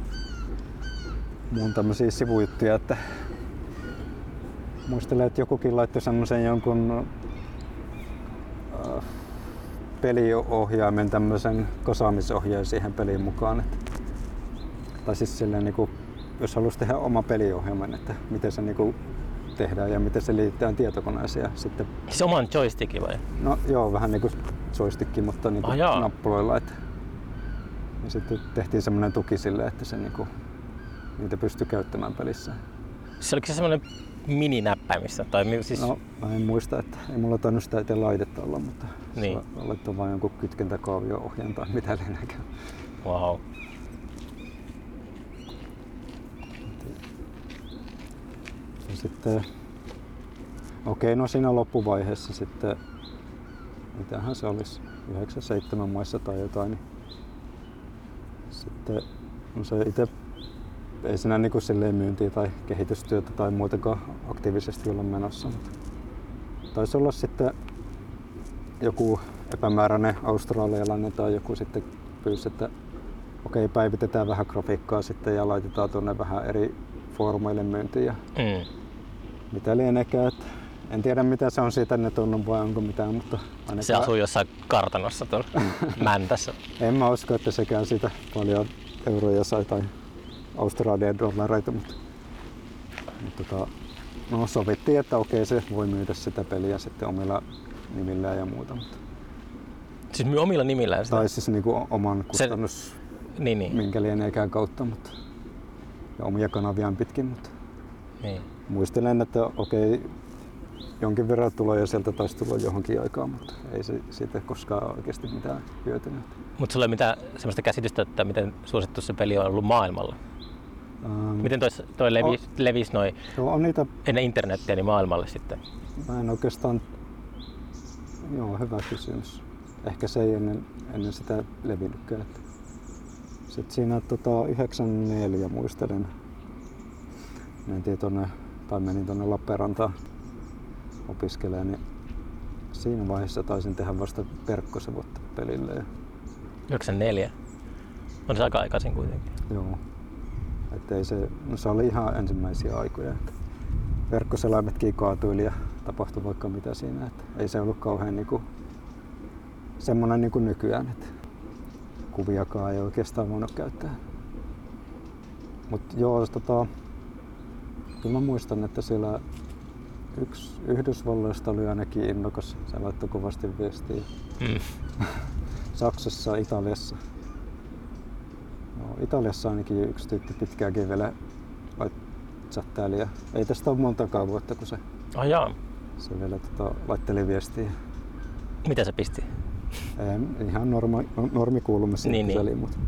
muun tämmöisiä sivujuttuja, että muistelen, että jokukin laittoi semmoisen jonkun äh, peliohjaimen, tämmöisen kosaamisohjeen siihen peliin mukaan. Että, tai siis silleen, niin kuin, jos haluaisi tehdä oma peliohjelman, että miten se niin kuin tehdään ja miten se liitetään tietokoneeseen. Ja sitten, Siis oman joystickin vai? no joo, vähän niin kuin joystick, mutta niin kuin Ah, nappuloilla. Että, ja sitten tehtiin semmoinen tuki sille, että se niin kuin niitä pystyi käyttämään pelissä. Se oliko se semmoinen mininäppäimissä? Tai siis... No, mä en muista, että ei mulla tainnut sitä itse laitetta olla, mutta niin. Se on laittu vain jonkun kytkentäkaavio-ohjaan tai mitä lienekään. Wow. Ja sitten, okei, okay, no siinä loppuvaiheessa sitten, mitähän se olisi, yhdeksän seitsemän maissa tai jotain, niin sitten no se itse ei siinä niinku silleen myyntiä tai kehitystyötä tai muutenkaan aktiivisesti olla menossa. Mutta taisi olla sitten joku epämääräinen australialainen tai joku sitten pyysi, että okei, päivitetään vähän grafiikkaa sitten ja laitetaan tuonne vähän eri foorumeille myyntiin. Ja Mm. mitä lieneekään, että en tiedä mitä se on siitä netonnon vai onko mitään, mutta ainakaan... Se asuu jossain kartanossa tuolla Mäntässä. En mä usko, että sekään siitä paljon euroja sai tai Australian dollareita, mutta, mutta tota, no, sovittiin, että okei, se voi myydä sitä peliä sitten omilla nimillään ja muuta. Mutta... Siis myy omilla nimillään sitä? Tai siis niinku oman kustannus, se... niin, niin. minkä lieneekään kautta, mutta... ja omia kanaviaan pitkin, mutta niin. Muistelen, että okei, jonkin verran tuloja sieltä taisi tulla johonkin aikaan, mutta ei se siitä koskaan oikeasti mitään hyötynyt. Mutta sulla ei mitään sellaista käsitystä, että miten suosittu se peli on ollut maailmalla? Ähm, Miten toi, toi levis, on, levisi noi joo, on niitä, ennen internettiä niin maailmalle sitten? mä en oikeastaan, joo, hyvä kysymys. Ehkä se ei ennen, ennen sitä levinnytkään. Sitten siinä tota, yhdeksänkymmentäneljä muistelen, mentiin tonne, tai menin tuonne Lappeenrantaan opiskelemaan, niin siinä vaiheessa taisin tehdä vasta verkkosivut pelille. yhdeksänkymmentäneljä? On se aika aikaisin kuitenkin. Joo. Että ei se, no se oli ihan ensimmäisiä aikoja. Että verkkoselaimetkin kaatuili ja tapahtui vaikka mitä siinä. Että ei se ollut kauhean niinku, semmoinen niin kuin nykyään, että kuviakaan ei oikeastaan voinut käyttää. Mutta joo, tota, kyllä mä muistan, että siellä yksi Yhdysvalloista oli ainakin innokas. Se laittoi kovasti viestiä. Mm. Saksassa, Italiassa. No, Italiassa ainakin yksi tyyppi pitkäänkin vielä chattaili. Ja ei tästä ole montakaan vuotta, kun se, Oh, jaa. se vielä tota, laitteli viestiä. Mitä se pisti? Ei, ihan norma, normikuulumisia niin, kyseli, niin. Mutta...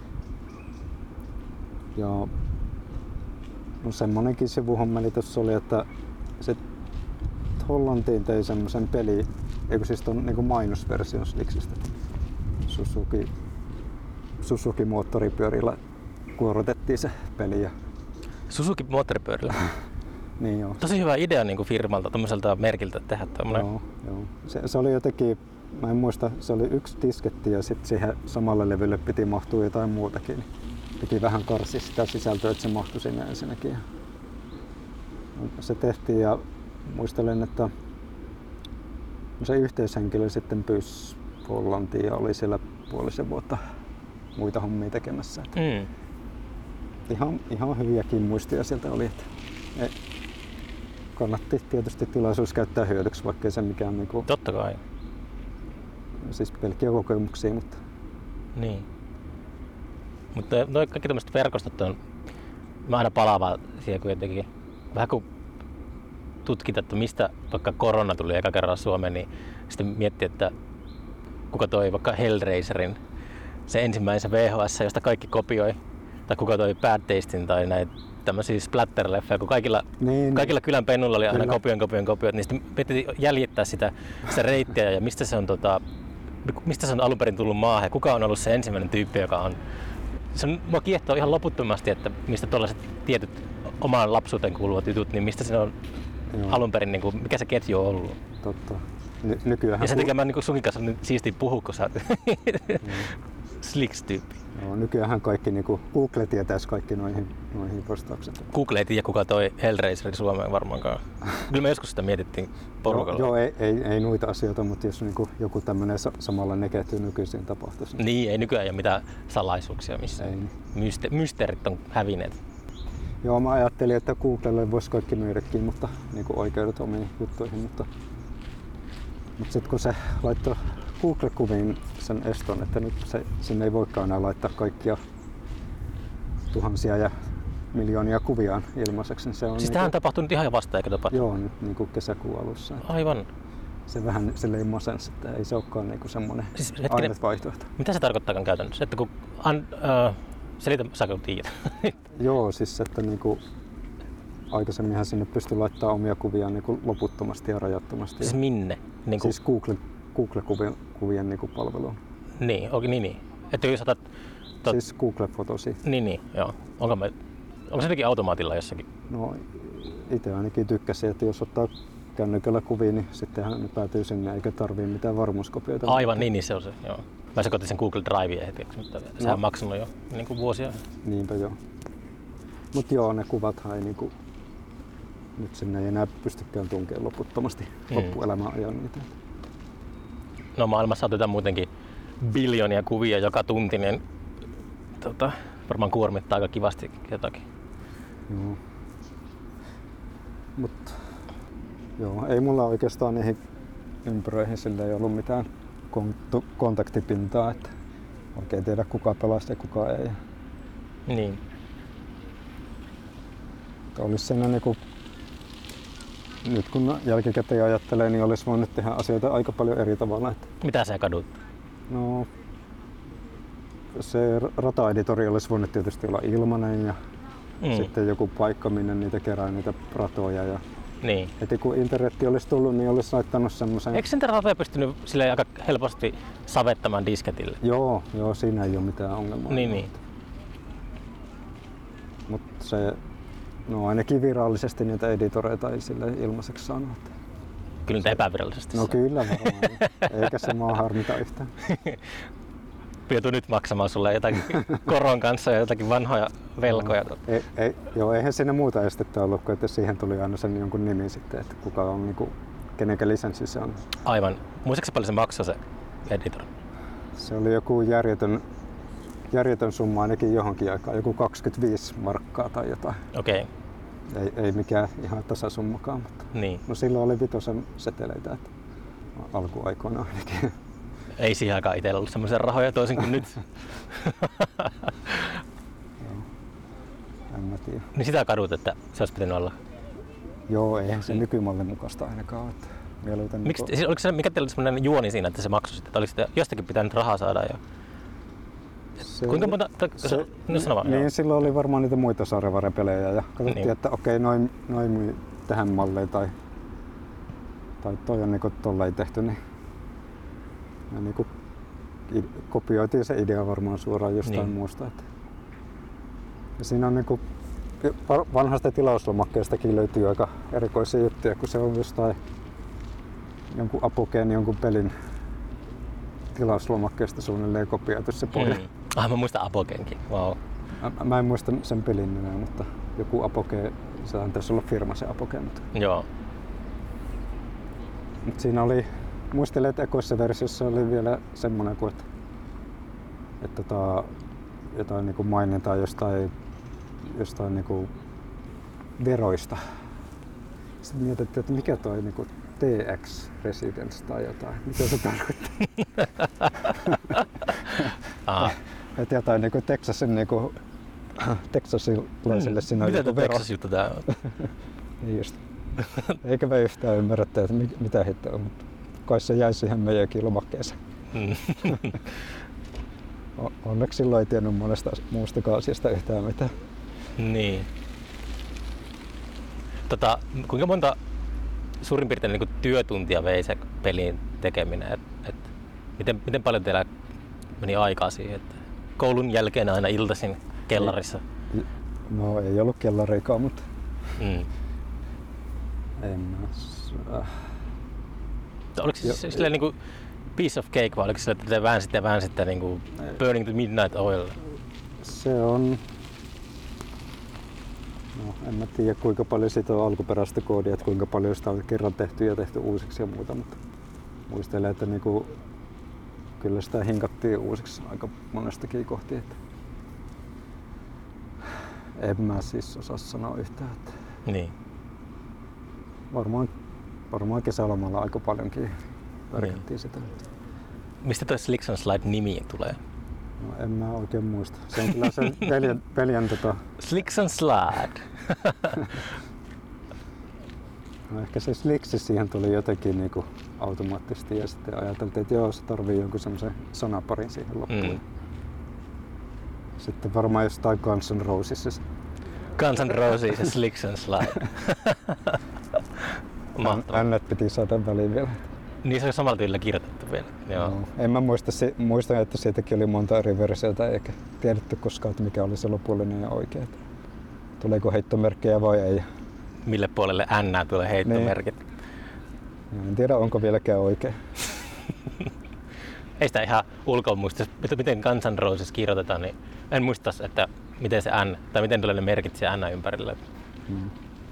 Ja no semmonenkin sivuhommeli tuossa oli, että se Hollantiin tei semmosen peli, eikö siis ton niinku mainosversion Slicksistä. Suzuki, Suzuki moottoripyörillä kuorotettiin se peli. Ja... Suzuki moottoripyörillä? Niin joo. Tosi hyvä idea niin kuin firmalta, tommoselta merkiltä tehdä tommonen. Joo, joo. Se, se oli jotenkin, mä en muista, se oli yksi disketti ja sitten siihen samalle levylle piti mahtua jotain muutakin. Piti vähän karsia sitä sisältöä, että se mahtui sinne ensinnäkin. Se tehtiin ja muistelen, että se yhteishenkilö sitten pyysi Hollantiin ja oli siellä puolisen vuotta muita hommia tekemässä. Mm. Ihan, ihan hyviäkin muistia sieltä oli, että ei, kannatti tietysti tilaisuus käyttää hyödyksi, vaikkei se mikään niinku, Totta kai. siis pelkkiä kokemuksia, mutta Niin. Mutta noi kaikki tämmöiset verkostot on, mä aina palaavaan siihen kuitenkin. Vähän kun tutkit, että mistä vaikka korona tuli eka kerran Suomeen, niin sitten miettii, että kuka toi vaikka Hellraiserin, se ensimmäisen V H S, josta kaikki kopioi, tai kuka toi Bad Tastin tai näitä tämmöisiä splatter-leffoja, kun kaikilla, niin, kaikilla kylän pennulla oli aina Kyllä. kopion, kopion, kopion, niin sitten piti jäljittää sitä, sitä reittiä ja mistä se on, tota, mistä se on alun perin tullut maahan ja kuka on ollut se ensimmäinen tyyppi, joka on. Se on, mua kiehtoo ihan loputtomasti, että mistä tuollaiset tietyt omaan lapsuuteen kuuluvat jutut, niin mistä se on Joo. alun perin, niin kuin, mikä se ketju on ollut. Totta. Ny- nykyään Ja sen takia mä niin sunkin kanssa on siistiä puhua, kun sä oot mm. Slicks-tyyppi. Joo, nykyään kaikki niinku Google tietäisi kaikki noihin, noihin vastaukset. Google ei tiedä, kuka toi Hellraiser Suomeen varmaankaan. Kyllä me joskus sitä mietittiin porukalla. Joo, joo ei, ei, ei noita asioita, mutta jos niinku joku tämmöinen sa- samanlainen ketju nykyisin tapahtuisi. Niin... Niin, ei nykyään ole mitään salaisuuksia missään. Ei. Myste- mysteerit on hävinneet. Joo, mä ajattelin, että Googlelle voisi kaikki myydäkin, mutta niinku oikeudet omiin juttuihin, mutta, mutta sitten kun se laittoi Google-kuviin sen eston, että nyt se, sinne ei voikaan enää laittaa kaikkia tuhansia ja miljoonia kuvia ilmaiseksi. Niin se on Siis niinku, tämähän on tapahtunut ihan vasta, eikö tapahtunut? Joo, nyt niinku kesäkuun alussa. Aivan. Se vähän silleen masensi, että ei se olekaan niinku semmoinen Siis ainut vaihtoehto. Mitä se tarkoittaakaan käytännössä? Että kun an, äh, selitä, sä kun tiedät. Joo, siis että niinku, aikaisemminhan sinne pystyi laittamaan omia kuvia niinku loputtomasti ja rajattomasti. Siis minne? Niin kuin... Siis Google, Google-kuvien kuvien niinku palveluun. Niin, oikein niin, niin. Että jos otat... Tot... Siis Google-fotosi. Niin, niin, joo. Onko, me... Onko se jotenkin automaatilla jossakin? No itse ainakin tykkäsin, että jos ottaa kännykällä kuvia, niin sittenhän ne päätyy sinne eikä tarvii mitään varmuuskopioita. Aivan, niin, niin se on se, joo. Mä sekoitin sen Google Driveen hetkeksi, mutta no. Sehän on maksanut jo niin kuin vuosia. Niinpä joo. Mut joo, ne kuvathan ei niinku... Nyt sinne ei enää pystykään tunkeen loputtomasti mm. loppuelämän ajan niitä. No maailmassa otetaan muutenkin biljoonia kuvia joka tunti, niin tota, varmaan kuormittaa aika kivasti jotakin. Joo. Mut joo, ei mulla oikeastaan niihin ympyröihin sille ei ollut mitään kont- kontaktipintaa, että oikein tiedä kuka pelasi ja kuka ei. Niin. Olisi siinä niinku, nyt kun jälkikäteen ajattelee, niin olisi voinut tehdä asioita aika paljon eri tavalla. Että mitä sä kadut? No, se rata-editori olisi voinut tietysti olla ilmainen ja mm. sitten joku paikka, minne niitä kerää niitä ratoja. Ja niin. heti kun internetti olisi tullut, niin olisi laittanut semmoisen... Eikö niitä ratoja pystynyt silleen aika helposti savettamaan disketille? Joo, joo, siinä ei ole mitään ongelmaa. Niin, niin. Mutta se, no ainakin virallisesti niitä editoreita ei sille ilmaiseksi saanut. Kyllä niitä epävirallisesti No saa. kyllä varmaan, eikä se maa harmita yhtään. Joutuu nyt maksamaan sulle jotakin koron kanssa ja jotakin vanhoja velkoja. No, ei, ei, joo, eihän siinä muuta estettä ollut, kun että siihen tuli aina sen jonkun nimi sitten, että kuka on niinku, kenenkä lisenssi se on. Aivan. Muistatko paljon se maksoi se editor? Se oli joku järjetön, järjetön summa ainakin johonkin aikaan, joku kaksikymmentäviisi markkaa tai jotain. Okei. Okay. Ei, ei mikään ihan tasasummakaan, mutta niin. No silloin oli vitosen seteleitä, että alkuaikoina ainakin. Ei siihen aikaan itsellä ollut semmoisia rahoja toisin kuin nyt. Joo. En mä tiedä. Niin sitä kadut, että se olisi pitänyt olla? Joo, eihän se nykymallin mukaista ainakaan. Että Miksi, niin siis oliko se, mikä teillä oli semmoinen juoni siinä, että se maksoi sitten? Oliko sitä jostakin pitänyt rahaa saada? Ja... Se, Kuinka monta? Se, no sano vaan, niin, joo. silloin oli varmaan niitä muita Sarjavare-pelejä ja katsottiin, niin. että okei, noin, noin myy tähän malliin tai, tai toi on niinku tolleen tehty, niin ja niinku kopioitiin se idea varmaan suoraan jostain niin. muusta. Että. Ja siinä on niinku, vanhasta tilauslomakkeistakin löytyy aika erikoisia juttuja, kun se on jostain jonkun Apogeen jonkun pelin tilauslomakkeesta suunnilleen kopioitu se pohja. Mm. Ah, mä muistan Apogeenkin. Wow. Mä, mä en muista sen pelin nimeä, mutta joku Apogee, se taisi olla firma se Apogee. Mutta... Joo. Mut siinä oli, muistelen, että ekoissa versiossa oli vielä semmoinen, kuin, että, että tota, jotain niin kuin mainintaa jostain, jostain niin kuin veroista. Sitten mietittiin, että mikä toi niin kuin T X Residence tai jotain, mitä se tarkoittaa. Että jotain niin kuin Texasin, niin kuin, Texasilaisille mm, siinä on joku vero. Texas juttu tää on? Niin just. Eikä me yhtään ymmärrätä, että mitä hittoa on, mutta kai se jäi siihen meidänkin lomakkeeseen. Mm. Onneksi silloin ei tiennyt monesta muustakaan asiasta yhtään mitään. Niin. Tota, kuinka monta suurin piirtein niin kuin työtuntia vei se pelin tekeminen? Et, et, miten, miten paljon teillä meni aikaa siihen? Että koulun jälkeen aina iltaisin kellarissa? Ei, no ei ollut kellariikaan, mutta mm. en mä... Äh. Oliko se silleen niin kuin piece of cake vai oliko se, että te väänsitte ja väänsitte niin kuin Burning the Midnight Oil? Se on... No, en mä tiedä kuinka paljon siitä on alkuperäistä koodia, että kuinka paljon sitä on kerran tehty ja tehty uusiksi ja muuta, mutta muistelen, että niinku, kyllä sitä hinkattiin uusiksi aika monestakin kohti. Että en mä siis osaa sanoa yhtään. Että niin. Varmaan, varmaan kesälomalla aika paljonkin värkättiin niin. sitä. Mistä toi Slicks and Slide nimi tulee? No, en mä oikein muista. Se on kyllä sen veljen, veljen tota... Slicks and Slide. No ehkä se Slicks siihen tuli jotenkin niinku automaattisesti ja sitten ajateltiin, että joo, se tarvii jonkun semmoisen sanaparin siihen loppuun. Mm. Sitten varmaan jostain Guns N' Roses. Guns N' Roses ja Slicks and Slide. Mahtavaa. Ännet piti saada väliin vielä. Niin se on samalla tyylillä kirjoitettu vielä. Joo. No, en mä muista, muistan, että siitäkin oli monta eri versiota eikä tiedetty koskaan, että mikä oli se lopullinen ja oikea. Tuleeko heittomerkkejä vai ei. Mille puolelle N tulee heittomerkit? Niin. En tiedä, onko vieläkään oikein. Ei sitä ihan ulkoa muista, miten Guns N' Roses kirjoitetaan, niin en muista, että miten se N, tai miten tulee ne merkit se N ympärille. Hmm.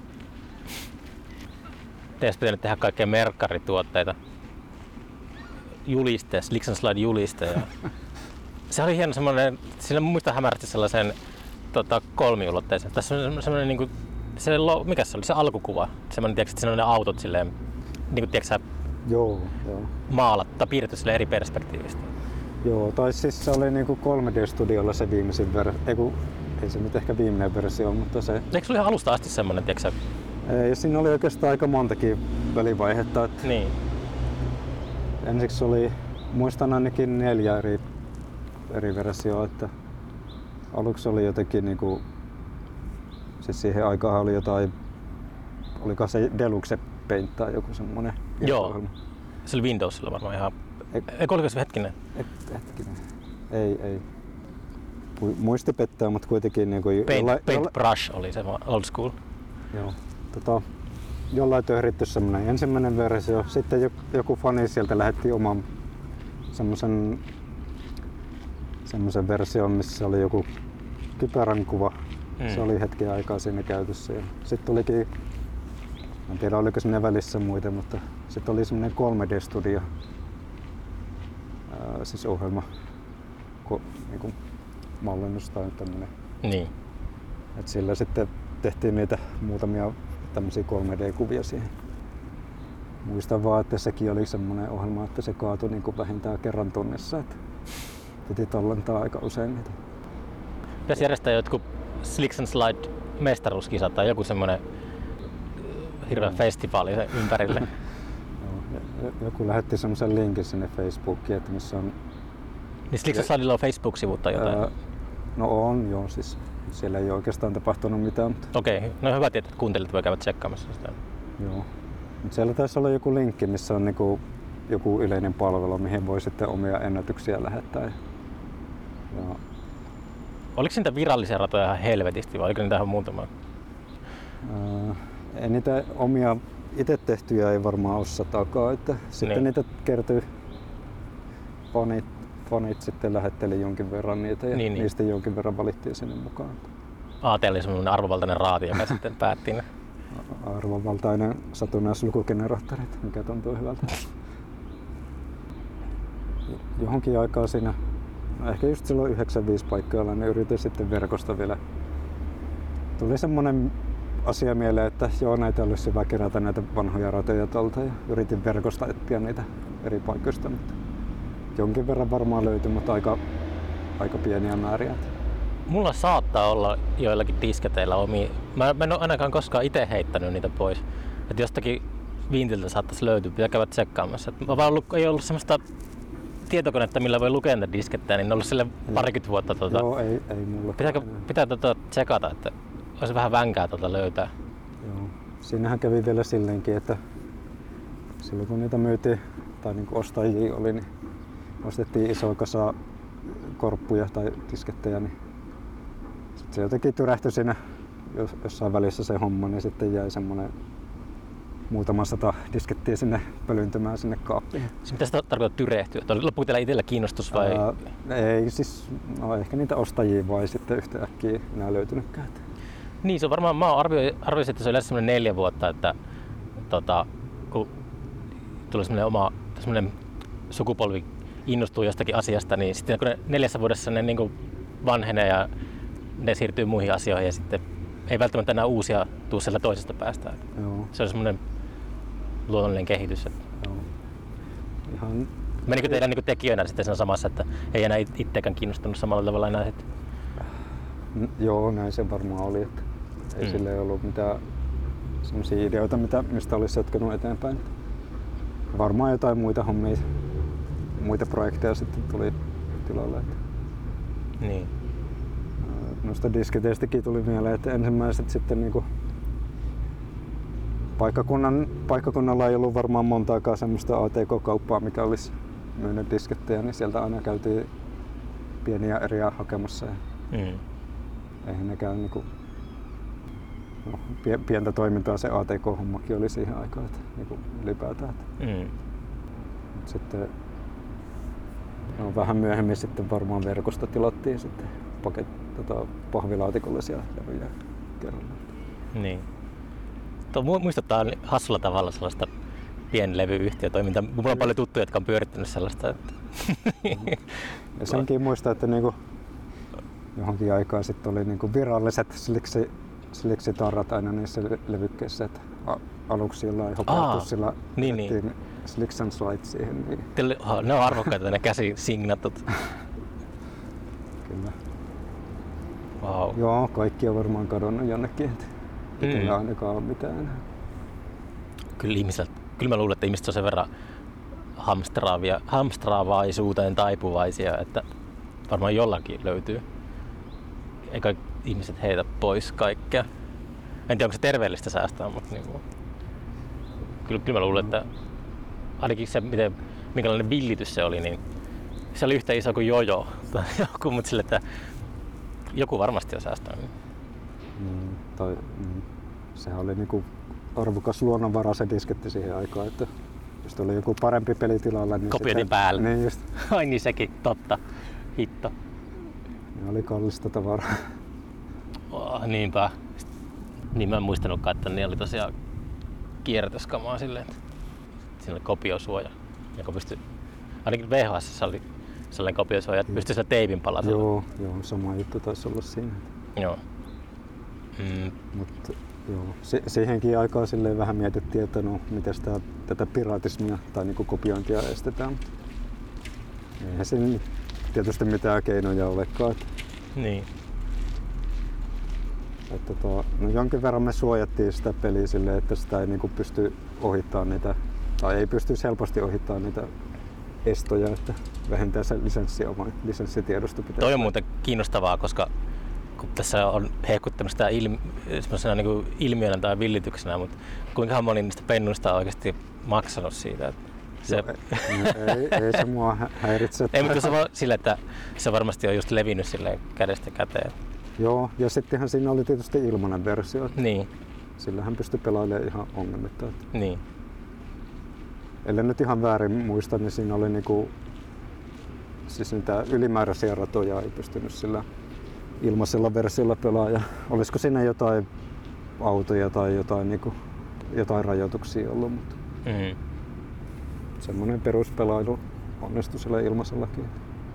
Teidän pitänyt tehdä kaikkea merkkarituotteita. Juliste, Slicks and Slide juliste. Ja se oli hieno semmoinen, siinä muista hämärästi sellaisen tota, kolmiulotteisen. Tässä on semmoinen niinku, se, mikä se oli, se alkukuva. Semmoinen, tiiäks, että siinä on ne autot silleen, niinku tiiäksä, joo, joo. maalattu, piirretty sille eri perspektiivistä. Joo, tai siis se oli niinku kolme D-studiolla se viimeisin versio. Ei, ei se nyt ehkä viimeinen versio, mutta se... Eikö se oli ihan alusta asti semmoinen, tiiäksä? Ei, siinä oli oikeastaan aika montakin välivaihetta. Että niin. Ensiksi oli, muistan ainakin neljä eri, eri versioa, että aluksi oli jotenkin niinku, siis siihen aikaan oli jotain, oliko se Deluxe Paint tai joku semmonen. Joo, se oli Windowsilla varmaan ihan, eikö oliko se hetkinen? Et, hetkinen, ei, ei. Muisti pettää, mutta kuitenkin niinku... Paint, jollain, Paintbrush jolla... oli se old school. Joo. Tota, jollain töhritty semmoinen ensimmäinen versio, sitten joku fani sieltä lähetti oman semmoisen semmoisen version, missä oli joku kypärän kuva. Mm. Se oli hetken aikaa siinä käytössä. Sitten tulikin, en tiedä oliko sinne välissä muita, mutta sitten oli semmoinen kolme D-studio, ää, siis ohjelma, ko, niinku mallinnus tai tämmöinen. Niin. Et sillä sitten tehtiin niitä muutamia tämmöisiä kolme D-kuvia siihen. Muistan vaan, että sekin oli semmoinen ohjelma, että se kaatui niin kuin vähintään kerran tunnissa. Että piti tallentaa aika usein niitä. Pitäisi järjestää jotkut Slicks and Slide mestaruuskisat tai joku semmoinen hirveä no. festivaali sen ympärille. No, joku lähetti semmoisen linkin sinne Facebookiin, että missä on... Niin Slicks and Slidella on Facebook-sivut tai jotain? Ää, no on, joo siis. Siellä ei oikeastaan tapahtunut mitään. Mutta... Okei, okay. No hyvä tietää, että kuuntelijat voi käydä tsekkaamassa sitä. Joo. Mut siellä taisi olla joku linkki, missä on niinku joku yleinen palvelu, mihin voi sitten omia ennätyksiä lähettää. Ja... Oliko niitä virallisia ratoja ihan helvetisti vai oliko niitä ihan muutama? Ää, ei niitä omia itse tehtyjä ei varmaan ole satakaan, että sitten niin. Niitä kertyi fanit, fanit sitten lähetteli jonkin verran niitä ja niin, niistä niin. jonkin verran valittiin sinne mukaan. A T oli semmoinen arvovaltainen raati, joka sitten päätti ne. Arvovaltainen satunnaislukugeneraattori, mikä tuntuu hyvältä. Johonkin aikaa siinä, no ehkä just silloin yhdeksänkymmentäviisi paikkailla, niin yritin sitten verkosta vielä. Tuli semmoinen asia mieleen, että joo, näitä olisi hyvä kerätä näitä vanhoja ratoja tuolta ja yritin verkosta etsiä niitä eri paikoista. Mutta jonkin verran varmaan löytyi, mutta aika, aika pieniä määriä. Mulla saattaa olla joillakin disketeillä omia. Mä, mä en ole ainakaan koskaan itse heittänyt niitä pois. Et jostakin vintiltä saattaisi löytyä, pitää käydä tsekkaamassa. Et mä vaan ollut, ei ollut semmoista tietokonetta, millä voi lukea näitä diskettejä, niin ne on ollut sille parikymmentä vuotta. Tuota, joo, ei, ei mulla. Pitääkö, pitää tuota tsekata, että olisi vähän vänkää tuota löytää. Joo. Siinähän kävi vielä silleenkin, että silloin kun niitä myytiin, tai niin kuin ostajia oli, niin ostettiin iso kasa korppuja tai diskettejä, niin sitten se jotenkin tyrähtyi siinä jossain välissä se homma, niin sitten jäi semmoinen muutama sata diskettiä sinne pölyntymään sinne kaappiin. Siis mitä se tarkoittaa tyrehtyä? Loppuiko teillä itsellä kiinnostus vai? Ää, ei siis, no ehkä niitä ostajia vai sitten yhtä äkkiä enää löytynytkään. Niin se on varmaan, mä arvioisin, että se on yleensä semmoinen neljä vuotta, että tota, kun tulee semmoinen oma semmoinen sukupolvi innostuu jostakin asiasta, niin sitten kun ne neljässä vuodessa ne niin kuin vanhenee ja ne siirtyy muihin asioihin ja sitten ei välttämättä enää uusia tuu sieltä toisesta päästä. Joo. Se on semmoinen luonnollinen kehitys. Joo. Ihan Menikö teidän niin tekijöinä sitten siinä samassa, että ei enää itseäkään kiinnostunut samalla tavalla enää sitten? N- joo, näin se varmaan oli. Että ei mm. sillä ei ollut mitään sellaisia ideoita, mitä, mistä olisi jatkanut eteenpäin. Varmaan jotain muita hommia, muita projekteja sitten tuli tilalle. Että niin. Noista disketeistäkin tuli mieleen, että ensimmäiset sitten niinku paikkakunnan, paikkakunnalla ei ollut varmaan montaakaan semmoista A T K-kauppaa, mikä olisi myynyt diskettejä, niin sieltä aina käytiin pieniä eriä hakemassa. Mm. Eihän nekään niinku, no, pientä toimintaa se A T K-hommakin oli siihen aikaan, että niinku ylipäätään. Että. Mm. Sitten no, vähän myöhemmin sitten varmaan verkosta tilattiin sitten paket, tota, pahvilaatikollisia levyjä kerralla. Niin. Tuo muistuttaa hassulla tavalla sellaista pienlevyyhtiötoimintaa. Mulla on paljon tuttuja, jotka on pyörittänyt sellaista. Että ja senkin muistaa, että niinku johonkin aikaan sitten oli niinku viralliset sliksi, sliksitarrat aina niissä levykkeissä. Että aluksi jollain hopeutussilla niin, niin. Slicks and Slide siihen. Niin. Ne on arvokkaita ne käsi signatut. Kyllä. Wow. Joo, kaikki on varmaan kadonnut jonnekin. Ei mm. ainakaan ole mitään. Kyllä, ihmiset, kyllä mä luulen, että ihmiset on sen verran hamstraavia, hamstraavaisuuteen taipuvaisia, että varmaan jollakin löytyy. Eikä ihmiset heitä pois kaikkea. En tiedä, onko se terveellistä säästää, mutta niin kuin, kyllä, kyllä mä luulen, että ainakin se, miten, minkälainen villitys se oli, niin se oli yhtä iso kuin jojo. Joku, mutta sille, että joku varmasti on säästänyt. Mm, toi, mm, sehän oli niinku arvokas luonnonvara se disketti siihen aikaan, että jos oli joku parempi peli tilalla, niin kopioitin päälle. Niin just. Ai niin sekin, totta. Hitto. Ne oli kallista tavaraa. Oh, niinpä. Niin mä en muistanutkaan, että ne oli tosiaan kierrätyskamaa silleen, että siinä oli kopiosuoja, joka pystyi, ainakin V H S oli sellainen kopiosuoja, että pystyi sillä teipin palasella. Joo, joo, sama juttu taisi olla siinä. Joo. Mm. Mut, joo. Si- siihenkin aikaan silleen vähän mietittiin, että no, miten sitä, tätä piraatismia tai niinku kopiointia estetään. Eihän siinä tietysti mitään keinoja olekaan. Että niin. Että to, no jonkin verran me suojattiin sitä peliä silleen, että sitä ei niinku pysty ohittamaan niitä, tai ei pysty helposti ohittamaan niitä estoja, että vähintään se lisenssi, oma lisenssitiedosto pitää. Toi on muuten kiinnostavaa, koska kun tässä on hehkuttanut sitä ilmi, niin ilmiönä tai villityksenä, mutta kuinka moni niistä pennuista on oikeasti maksanut siitä? Että se... No, ei, ei, ei se mua häiritse. Ei, mutta se on sillä, että se varmasti on just levinnyt silleen kädestä käteen. Joo, ja sittenhän siinä oli tietysti ilmainen versio. Niin. Sillähän pystyi pelailemaan ihan ongelmitta. Niin. Ellei nyt ihan väärin muista, niin siinä oli niinku, siis niitä ylimääräisiä ratoja ei pystynyt sillä ilmaisella versiolla pelaamaan. Olisiko siinä jotain autoja tai jotain, niinku, jotain rajoituksia ollut, mutta mm-hmm. semmoinen peruspelailu onnistui sillä ilmaisellakin.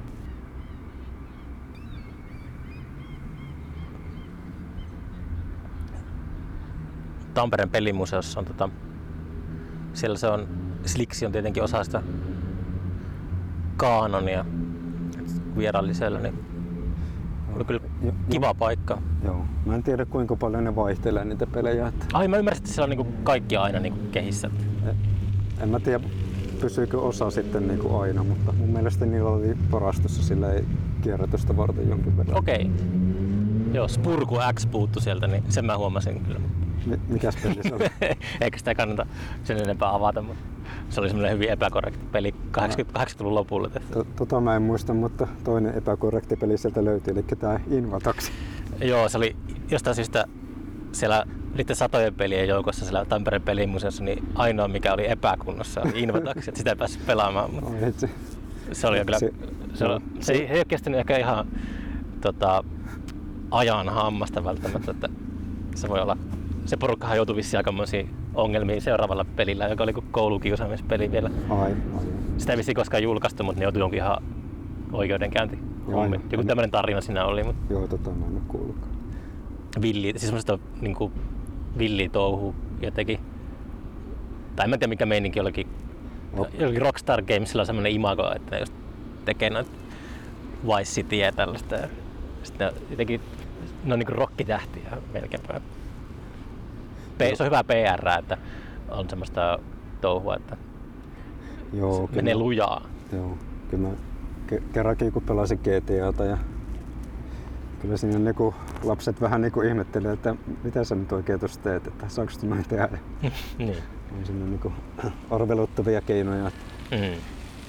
Tampereen pelimuseossa on tota, siellä se on, Sliksi on tietenkin osa sitä kaanonia vieraili siellä, niin oli kyllä jo, kiva jo. paikka. Joo, mä en tiedä kuinka paljon ne vaihtelee niitä pelejä. Että... Ai mä ymmärsin, että siellä on niinku kaikki aina niinku kehissä. En mä tiedä pysyykö osa sitten niinku aina, mutta mun mielestä niillä oli varastossa silleen kierrätystä varten jonkin verran. Okei. Okay. Joo, Spurku X puuttu sieltä, niin sen mä huomasin kyllä. Mikäs peli se oli? Eikä sitä kannata sen enempää avata, mutta se oli semmoinen hyvin epäkorrekti peli kahdeksankymmentäluvun lopulla tehty. Tota mä en muista, mutta toinen epäkorrekti peli sieltä löytyi, eli tää Invatax. Joo, se oli jostain syystä siellä niiden satojen pelien joukossa siellä Tampereen pelimuseossa, niin ainoa mikä oli epäkunnossa oli Invatax, että sitä ei päässyt pelaamaan. Mutta se, se oli kyllä, se, se, oli, se ei, ei ole kestänyt ehkä ihan tota, ajan hammasta välttämättä, että se voi olla. Se porukkahan joutui vissiin aikamoisiin ongelmiin seuraavalla pelillä, joka oli koulukiusaamispeli vielä. Ai, ai. Sitä ei vissiin koskaan julkaistu, mutta ne joutui jonkin ihan oikeudenkäynti. Joku tämmöinen tarina siinä oli. Mutta... Joo, tota mä en ole kuullutkaan. Villi, siis semmoista niinku villiä touhua jotenkin. Tai en mä tiedä mikä meininki jollakin jollakin Rockstar Gamesilla on semmoinen imago, että ne just tekee noita Vice Cityä ja tällaista. Ja sitten ne jotenkin, ne on niinku rockitähtiä melkeinpä. P- se on hyvää P R, että on semmoista touhua, että Joo, se menee lujaa. Joo, kyllä mä ke- kerrankin kun pelasin G T A:ta ja kyllä siinä niinku lapset vähän niinku ihmettelee, että mitä sä nyt oikein tuossa teet, että saako sitä näin tehdä. Niin. On siinä niinku arveluttavia keinoja. Mm.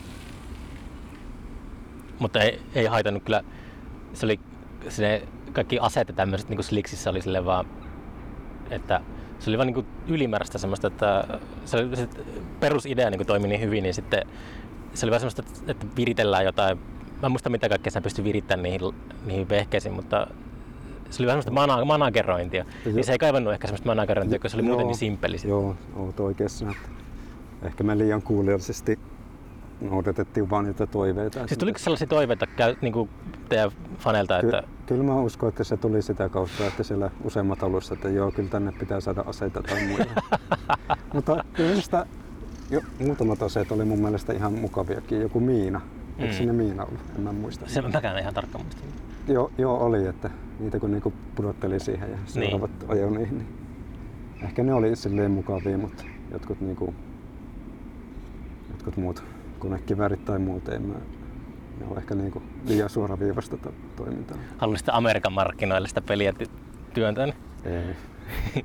Mutta ei, ei haitannut kyllä, se oli se kaikki aseet ja tämmöiset niinku Slixissä oli silleen vaan, että se oli vaan niinku ylimääräistä semmoista, että se, oli, se perusidea niinku toimi niin hyvin, niin sitten se oli vaan semmoista, että viritellään jotain. Mä en muista mitä kaikkea sen pystyi virittämään niihin, niihin vehkeisiin, mutta se oli vähän semmoista mana, managerointia. Niin se ei kaivannut ehkä semmoista managerointia, koska se oli joo, muuten niin simppeli. Joo, oot oikeassa. Ehkä me liian kuuliaisesti noudatettiin vaan niitä toiveita. Siis tuliko sellaisia toiveita käy, niin kuin teidän faneilta? Että... Ky- kyllä mä uskon, että se tuli sitä kautta, että siellä useimmat alussa, että joo, kyllä tänne pitää saada aseita tai muita. Mutta kyllä sitä jo, muutamat aseet oli mun mielestä ihan mukaviakin. Joku miina. Mm. Eikö sinne miina ollut? En mä muista. Se mäkään ihan tarkkaan muista. Joo, joo, oli, että niitä kun niinku pudotteli siihen ja seuraavat niin. ajoi niihin, niin ehkä ne oli silleen mukavia, mutta jotkut, niinku, jotkut muut konekiväärit tai muut, ei mä, ne on ehkä niinku liian suoraviivasta to- toimintaa. Haluaisitko Amerikan markkinoille sitä peliä ty- työntää? Ei. ei.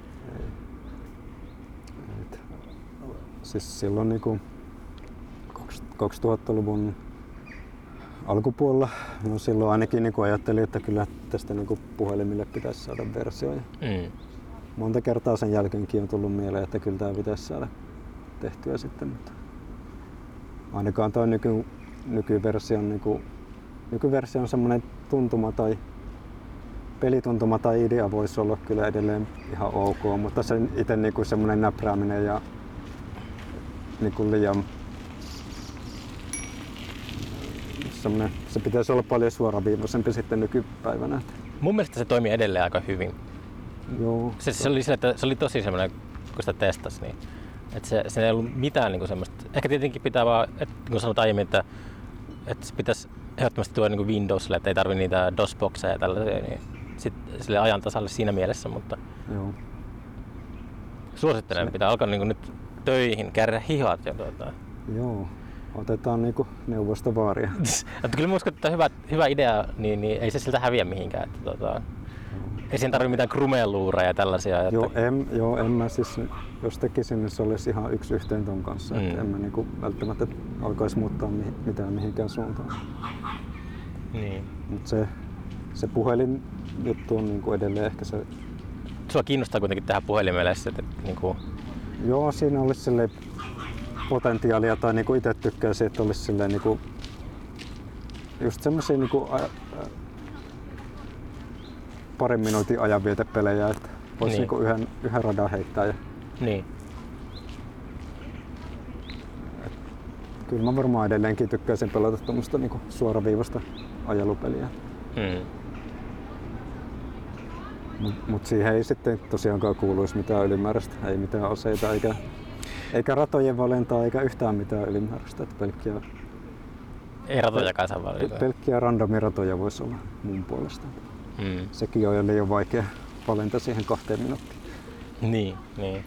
Et, siis silloin niinku kaksituhattaluvun alkupuolella no silloin ainakin niinku ajattelin, että kyllä tästä niinku puhelimille pitäisi saada versioja. Mm. Monta kertaa sen jälkeenkin on tullut mieleen, että kyllä tämä pitäisi saada tehtyä sitten, mutta ainakaan tuo nyky, nykyversion, niinku, nykyversion semmoinen tuntuma tai pelituntuma tai idea voisi olla kyllä edelleen ihan ok, mutta sen itse niinku semmoinen näprääminen ja niinku liian se pitäisi olla paljon suoraviivaisempi sitten nykypäivänä. Mun mielestä se toimii edelleen aika hyvin. Joo. Se, se, oli, sille, että se oli tosi semmoinen, kun sitä testasi, niin että se, se ei ollut mitään niin kuin semmoista. Ehkä tietenkin pitää vaan, että kun sanoit aiemmin, että, että se pitäisi ehdottomasti tuoda niin Windowsille, että ei tarvitse niitä DOS-bokseja ja tällaisia, niin sitten sille ajan tasalle siinä mielessä, mutta joo. Suosittelen, se pitää alkaa niin kuin nyt töihin, kärjää hihat ja tuota. Joo. Otetaan niinku neuvosta vaaria. Kyllä mä uskon, että hyvä, hyvä idea, niin, niin ei se siltä häviä mihinkään. Että, tuota, ei siinä tarvitse mitään krumeluuraa ja tällaisia. Että... Joo, en, joo, en mä siis, jos tekisin, niin se olisi ihan yksi yhteen ton kanssa. Mm. Että en mä niinku välttämättä alkaisi muuttaa mihin, mitään mihinkään suuntaan. Niin. Mut se, se puhelin juttu on niinku edelleen ehkä se... Sua kiinnostaa kuitenkin tähän puhelimelle, että niinku... Joo, siinä olisi silleen potentiaalia tai niinku itse tykkäisin, että olisi silleen niinku just semmosia niinku a, a, parin minuutin ajanvietepelejä, että voisi niin. niinku yhden, yhden radan heittää. Ja niin. Et, kyllä mä varmaan edelleenkin tykkäisin pelata tommoista niinku suoraviivasta ajelupeliä. Mm. Mut, mut siihen ei sitten tosiaankaan kuuluisi mitään ylimääräistä, ei mitään aseita eikä Eikä ratojen valintaa eikä yhtään mitään ylimääräistä, että pelkkiä... Ei ratojakaan saa valita. Pelkkiä randomiratoja voisi olla mun puolesta. Mm. Sekin on jo liian vaikea valinta siihen kahteen minuuttiin. Niin, niin.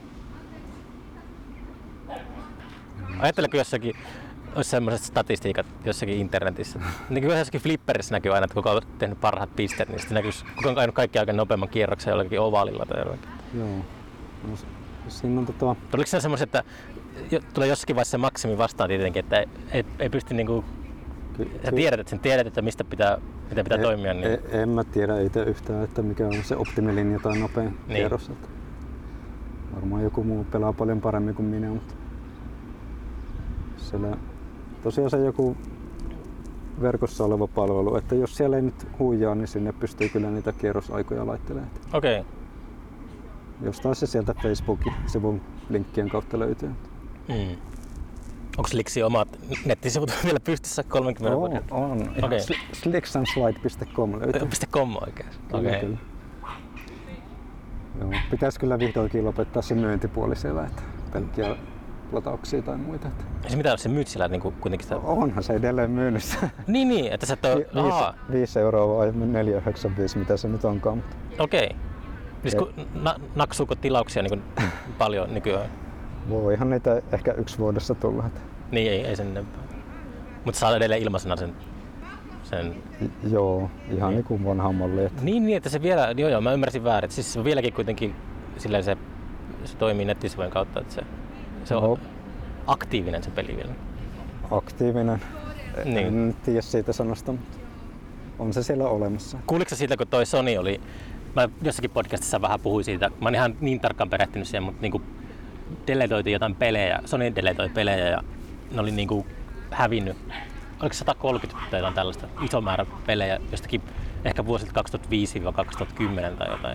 Ajatteleko jossakin, olisi sellaiset statistiikat jossakin internetissä. Niin kuin jossakin Flipperissä näkyy aina, että kuka on tehnyt parhaat pisteet, niin sitten näkyy, kuka on käynyt kaikki aika nopeamman kierroksen jollakin ovaalilla tai jollakin. Joo. No, siinä on tota... Oliko se semmoiset, että tulee jossakin vaiheessa se maksimi vastaan tietenkin, että ei, ei, ei pysty niinku... Ky- sä tiedät, että sen tiedät, että mistä pitää, miten pitää e, toimia. Niin... E, en mä tiedä itse yhtään, että mikä on se optimilinja tai nopein niin. kierros. Että varmaan joku muu pelaa paljon paremmin kuin minä, mutta siellä tosiaan se joku verkossa oleva palvelu, että jos siellä ei nyt huijaa, niin sinne pystyy kyllä niitä kierrosaikoja laittelemaan. Okei. Okay. Jostain se sieltä Facebookin sivun linkkien kautta löytyy. Mm. Onko Slixin omat nettisivut vielä pystyssä kolmekymmentä vuotta? On, on. Okay. slixandslide piste com löytyy. .com oikein? Okei. Okay. Joo, pitäisi kyllä vihdoinkin lopettaa se myyntipuoli siellä, että pelkkiä latauksia tai muita. Se mitä jos se myyt sillä niin kuitenkin sitä... Onhan se edelleen myynnissä. Niin, niin, että sä et oo... Vi- viisi, viisi euroa vai neljä yhdeksänkymmentäviisi, mitä se nyt onkaan. Mutta... Okei. Okay. Siis kun, na, naksuuko tilauksia niin paljon nykyään? Voihan niitä ehkä yksi vuodessa tulla. Niin, ei, ei sen enempää. Mutta saa edelleen ilmaisena sen... sen... Joo, ihan niin, niin kuin vanha malli. Että... Niin, niin, että se vielä... Joo, joo, mä ymmärsin väärin. Siis se vieläkin kuitenkin silleen se, se toimii nettisivujen kautta, että se, se on no. aktiivinen se peli vielä. Aktiivinen? Niin. En nyt tiedä siitä sanasta, mutta on se siellä olemassa. Kuulitko sä siitä, kun toi Sony oli... Mä jossakin podcastissa vähän puhuin siitä. Mä oon ihan niin tarkkaan perehtynyt siihen, mutta niinku deletoitiin jotain pelejä. Sony deletoi pelejä ja ne oli niinku hävinnyt. Oliko sata kolmekymmentä tai jotain tällaista iso määrä pelejä jostakin ehkä vuosilta kaksituhattaviisi kaksituhattakymmenen tai jotain.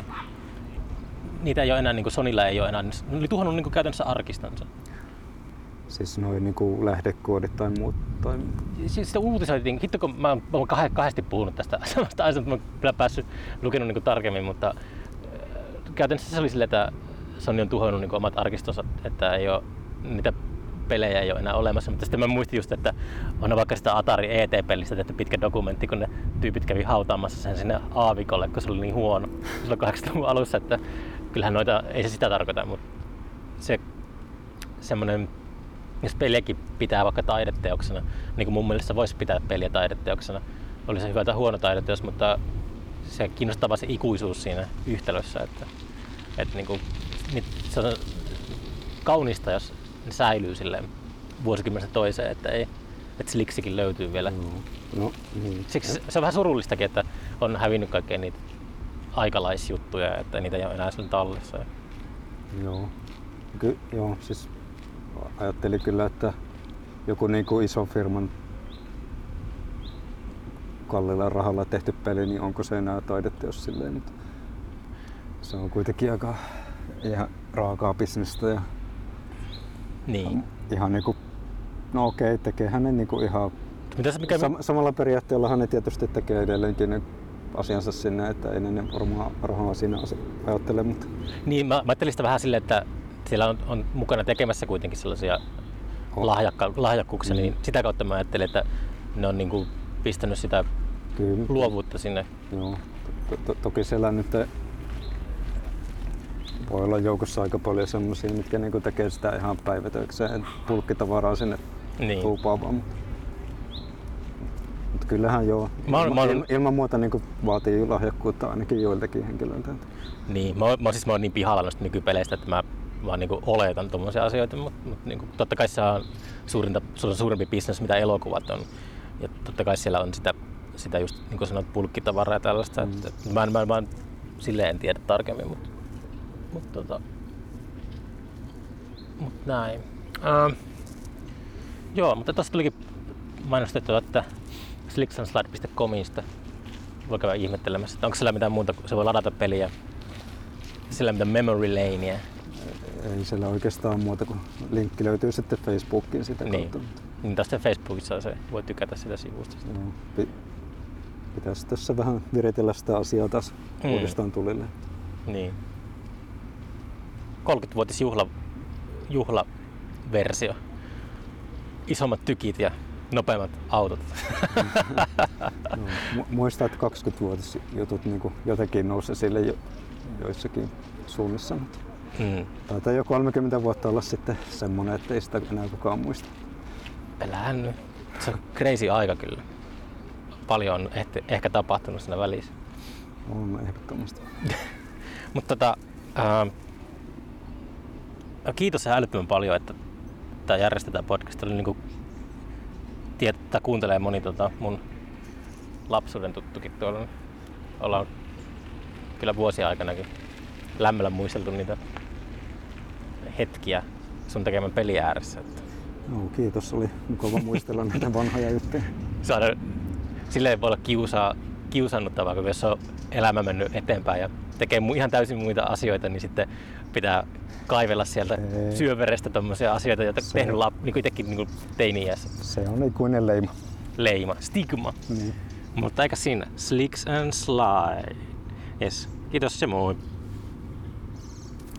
Niitä ei ole enää, niinku Sonylla ei ole enää, ne oli tuhannut niinku käytännössä arkistansa. Siis noin niinku lähdekoodit tai muut? Tai... Siis sitä uutisoitiin, hitto kun mä oon kahdesti puhunut tästä samasta asiasta, mutta mä oon kyllä päässyt lukenut niinku tarkemmin, mutta käytännössä se oli silleen, että Sony on tuhonnut niinku omat arkistonsa, että ei ole, niitä pelejä ei ole enää olemassa, mutta sitten mä muistin just, että on vaikka sitä Atari E T-pelistä tehty pitkä dokumentti, kun ne tyypit kävi hautaamassa sen sinne aavikolle, kun se oli niin huono silloin kahdeksankymmentäluvun alussa, että kyllähän noita, ei se sitä tarkoita, mutta se semmoinen, jos peliäkin pitää vaikka taideteoksena, niin kuin mun mielestä voisi pitää peliä taideteoksena, oli se hyvä tai huono taideteos, mutta se kiinnostavaa se ikuisuus siinä yhtälössä, että, että niin kuin, se on kaunista, jos ne säilyy silleen vuosikymmenestä toiseen, että, ei, että sliksikin löytyy vielä. Mm. No, niin. Siksi se, se on vähän surullistakin, että on hävinnyt kaikkea niitä aikalaisjuttuja, että niitä ei ole enää sillä tallessa. Joo. Ky- joo, siis ajattelin kyllä, että joku niinku iso firman kalliilla rahalla tehty peli, niin onko se enää taideteos silleen, mutta se on kuitenkin aika ihan raakaa bisnestä ja niin. Ihan niinku, no okei, tekeehän ne niinku ihan Mitäs, mikä... sam- samalla periaatteellahan ne tietysti tekee edelleenkin ne asiansa sinne, että ei ne varmaan rahaa siinä ajattele, mutta... Niin, mä, mä ajattelin sitä vähän silleen, että siellä on, on mukana tekemässä kuitenkin sellaisia lahjakka, lahjakkuuksia, mm. niin sitä kautta mä ajattelin, että ne on niinku pistänyt sitä Kyllä. luovuutta sinne. Joo, to- to- toki siellä nyt voi olla joukossa aika paljon semmosia, mitkä niinku tekee sitä ihan päivätöikseen, pulkkitavaraa sinne niin. tuupaavaan. Mutta kyllähän joo, mä oon, ilma, mä oon... ilman muuta niinku vaatii lahjakkuutta ainakin joiltakin henkilöiltä. Niin, mä oon, mä siis mä oon niin pihalla noista nykypeleistä, että mä vaan niinku oletan tommosia asioita, mutta mut niinku, totta kai se on suurinta, suurempi business mitä elokuvat on. Ja totta kai siellä on sitä, sitä just niin kuin sanoit, pulkkitavaraa ja tällaista. Mm. Et, et, mä, en, mä, en, mä en silleen en tiedä tarkemmin, mutta mut, tota, mut näin. Uh, joo, mutta tossa tulikin mainostettu, että slicksanslide piste comista voi käydä ihmettelemässä, että onko siellä mitään muuta, se voi ladata peliä, sillä mitään memory lanea. Ei siellä oikeastaan muuta kuin linkki löytyy sitten Facebookiin sitä niin. kautta. Niin tästä Facebookissa se voi tykätä sitä sivusta. Joo, pitäisi tässä vähän viritellä sitä asiaa taas mm. uudestaan tulille. Niin. kolmekymmenvuotis juhla, juhlaversio. Isommat tykit ja nopeammat autot. no, muistaa, että kaksikymmenvuotis jutut niin jotenkin nousi esille jo, joissakin suunnissa. Mutta mm. taitaa jo kolmekymmentä vuotta olla sitten semmoinen, ettei sitä enää kukaan muista. Elähän nyt. Se on crazy aika kyllä. Paljon on ehkä, ehkä tapahtunut siinä välissä. On ehdottomasti. Mutta tota, äh, kiitos älyttömän paljon, että tämä järjestetään podcast. Oli niinku, tietää, kuuntelee moni tota, mun lapsuuden tuttukin tuolla. Ollaan kyllä vuosien aikanakin lämmöllä muisteltu niitä hetkiä sun tekemän peli ääressä. Että. No, kiitos, oli mukava muistella näitä vanhoja juttuja. Saada, silleen voi olla kiusaa, kiusannuttavaa, kun jos on elämä mennyt eteenpäin ja tekee ihan täysin muita asioita, niin sitten pitää kaivella sieltä Ei. syöverestä tommosia asioita, joita on tehnyt lap, niin kuin itsekin niin teini-iässä. Se on ikuinen leima. Leima, stigma. Niin. Mutta eikä siinä. Slicks and slide. Yes. Kiitos ja moi.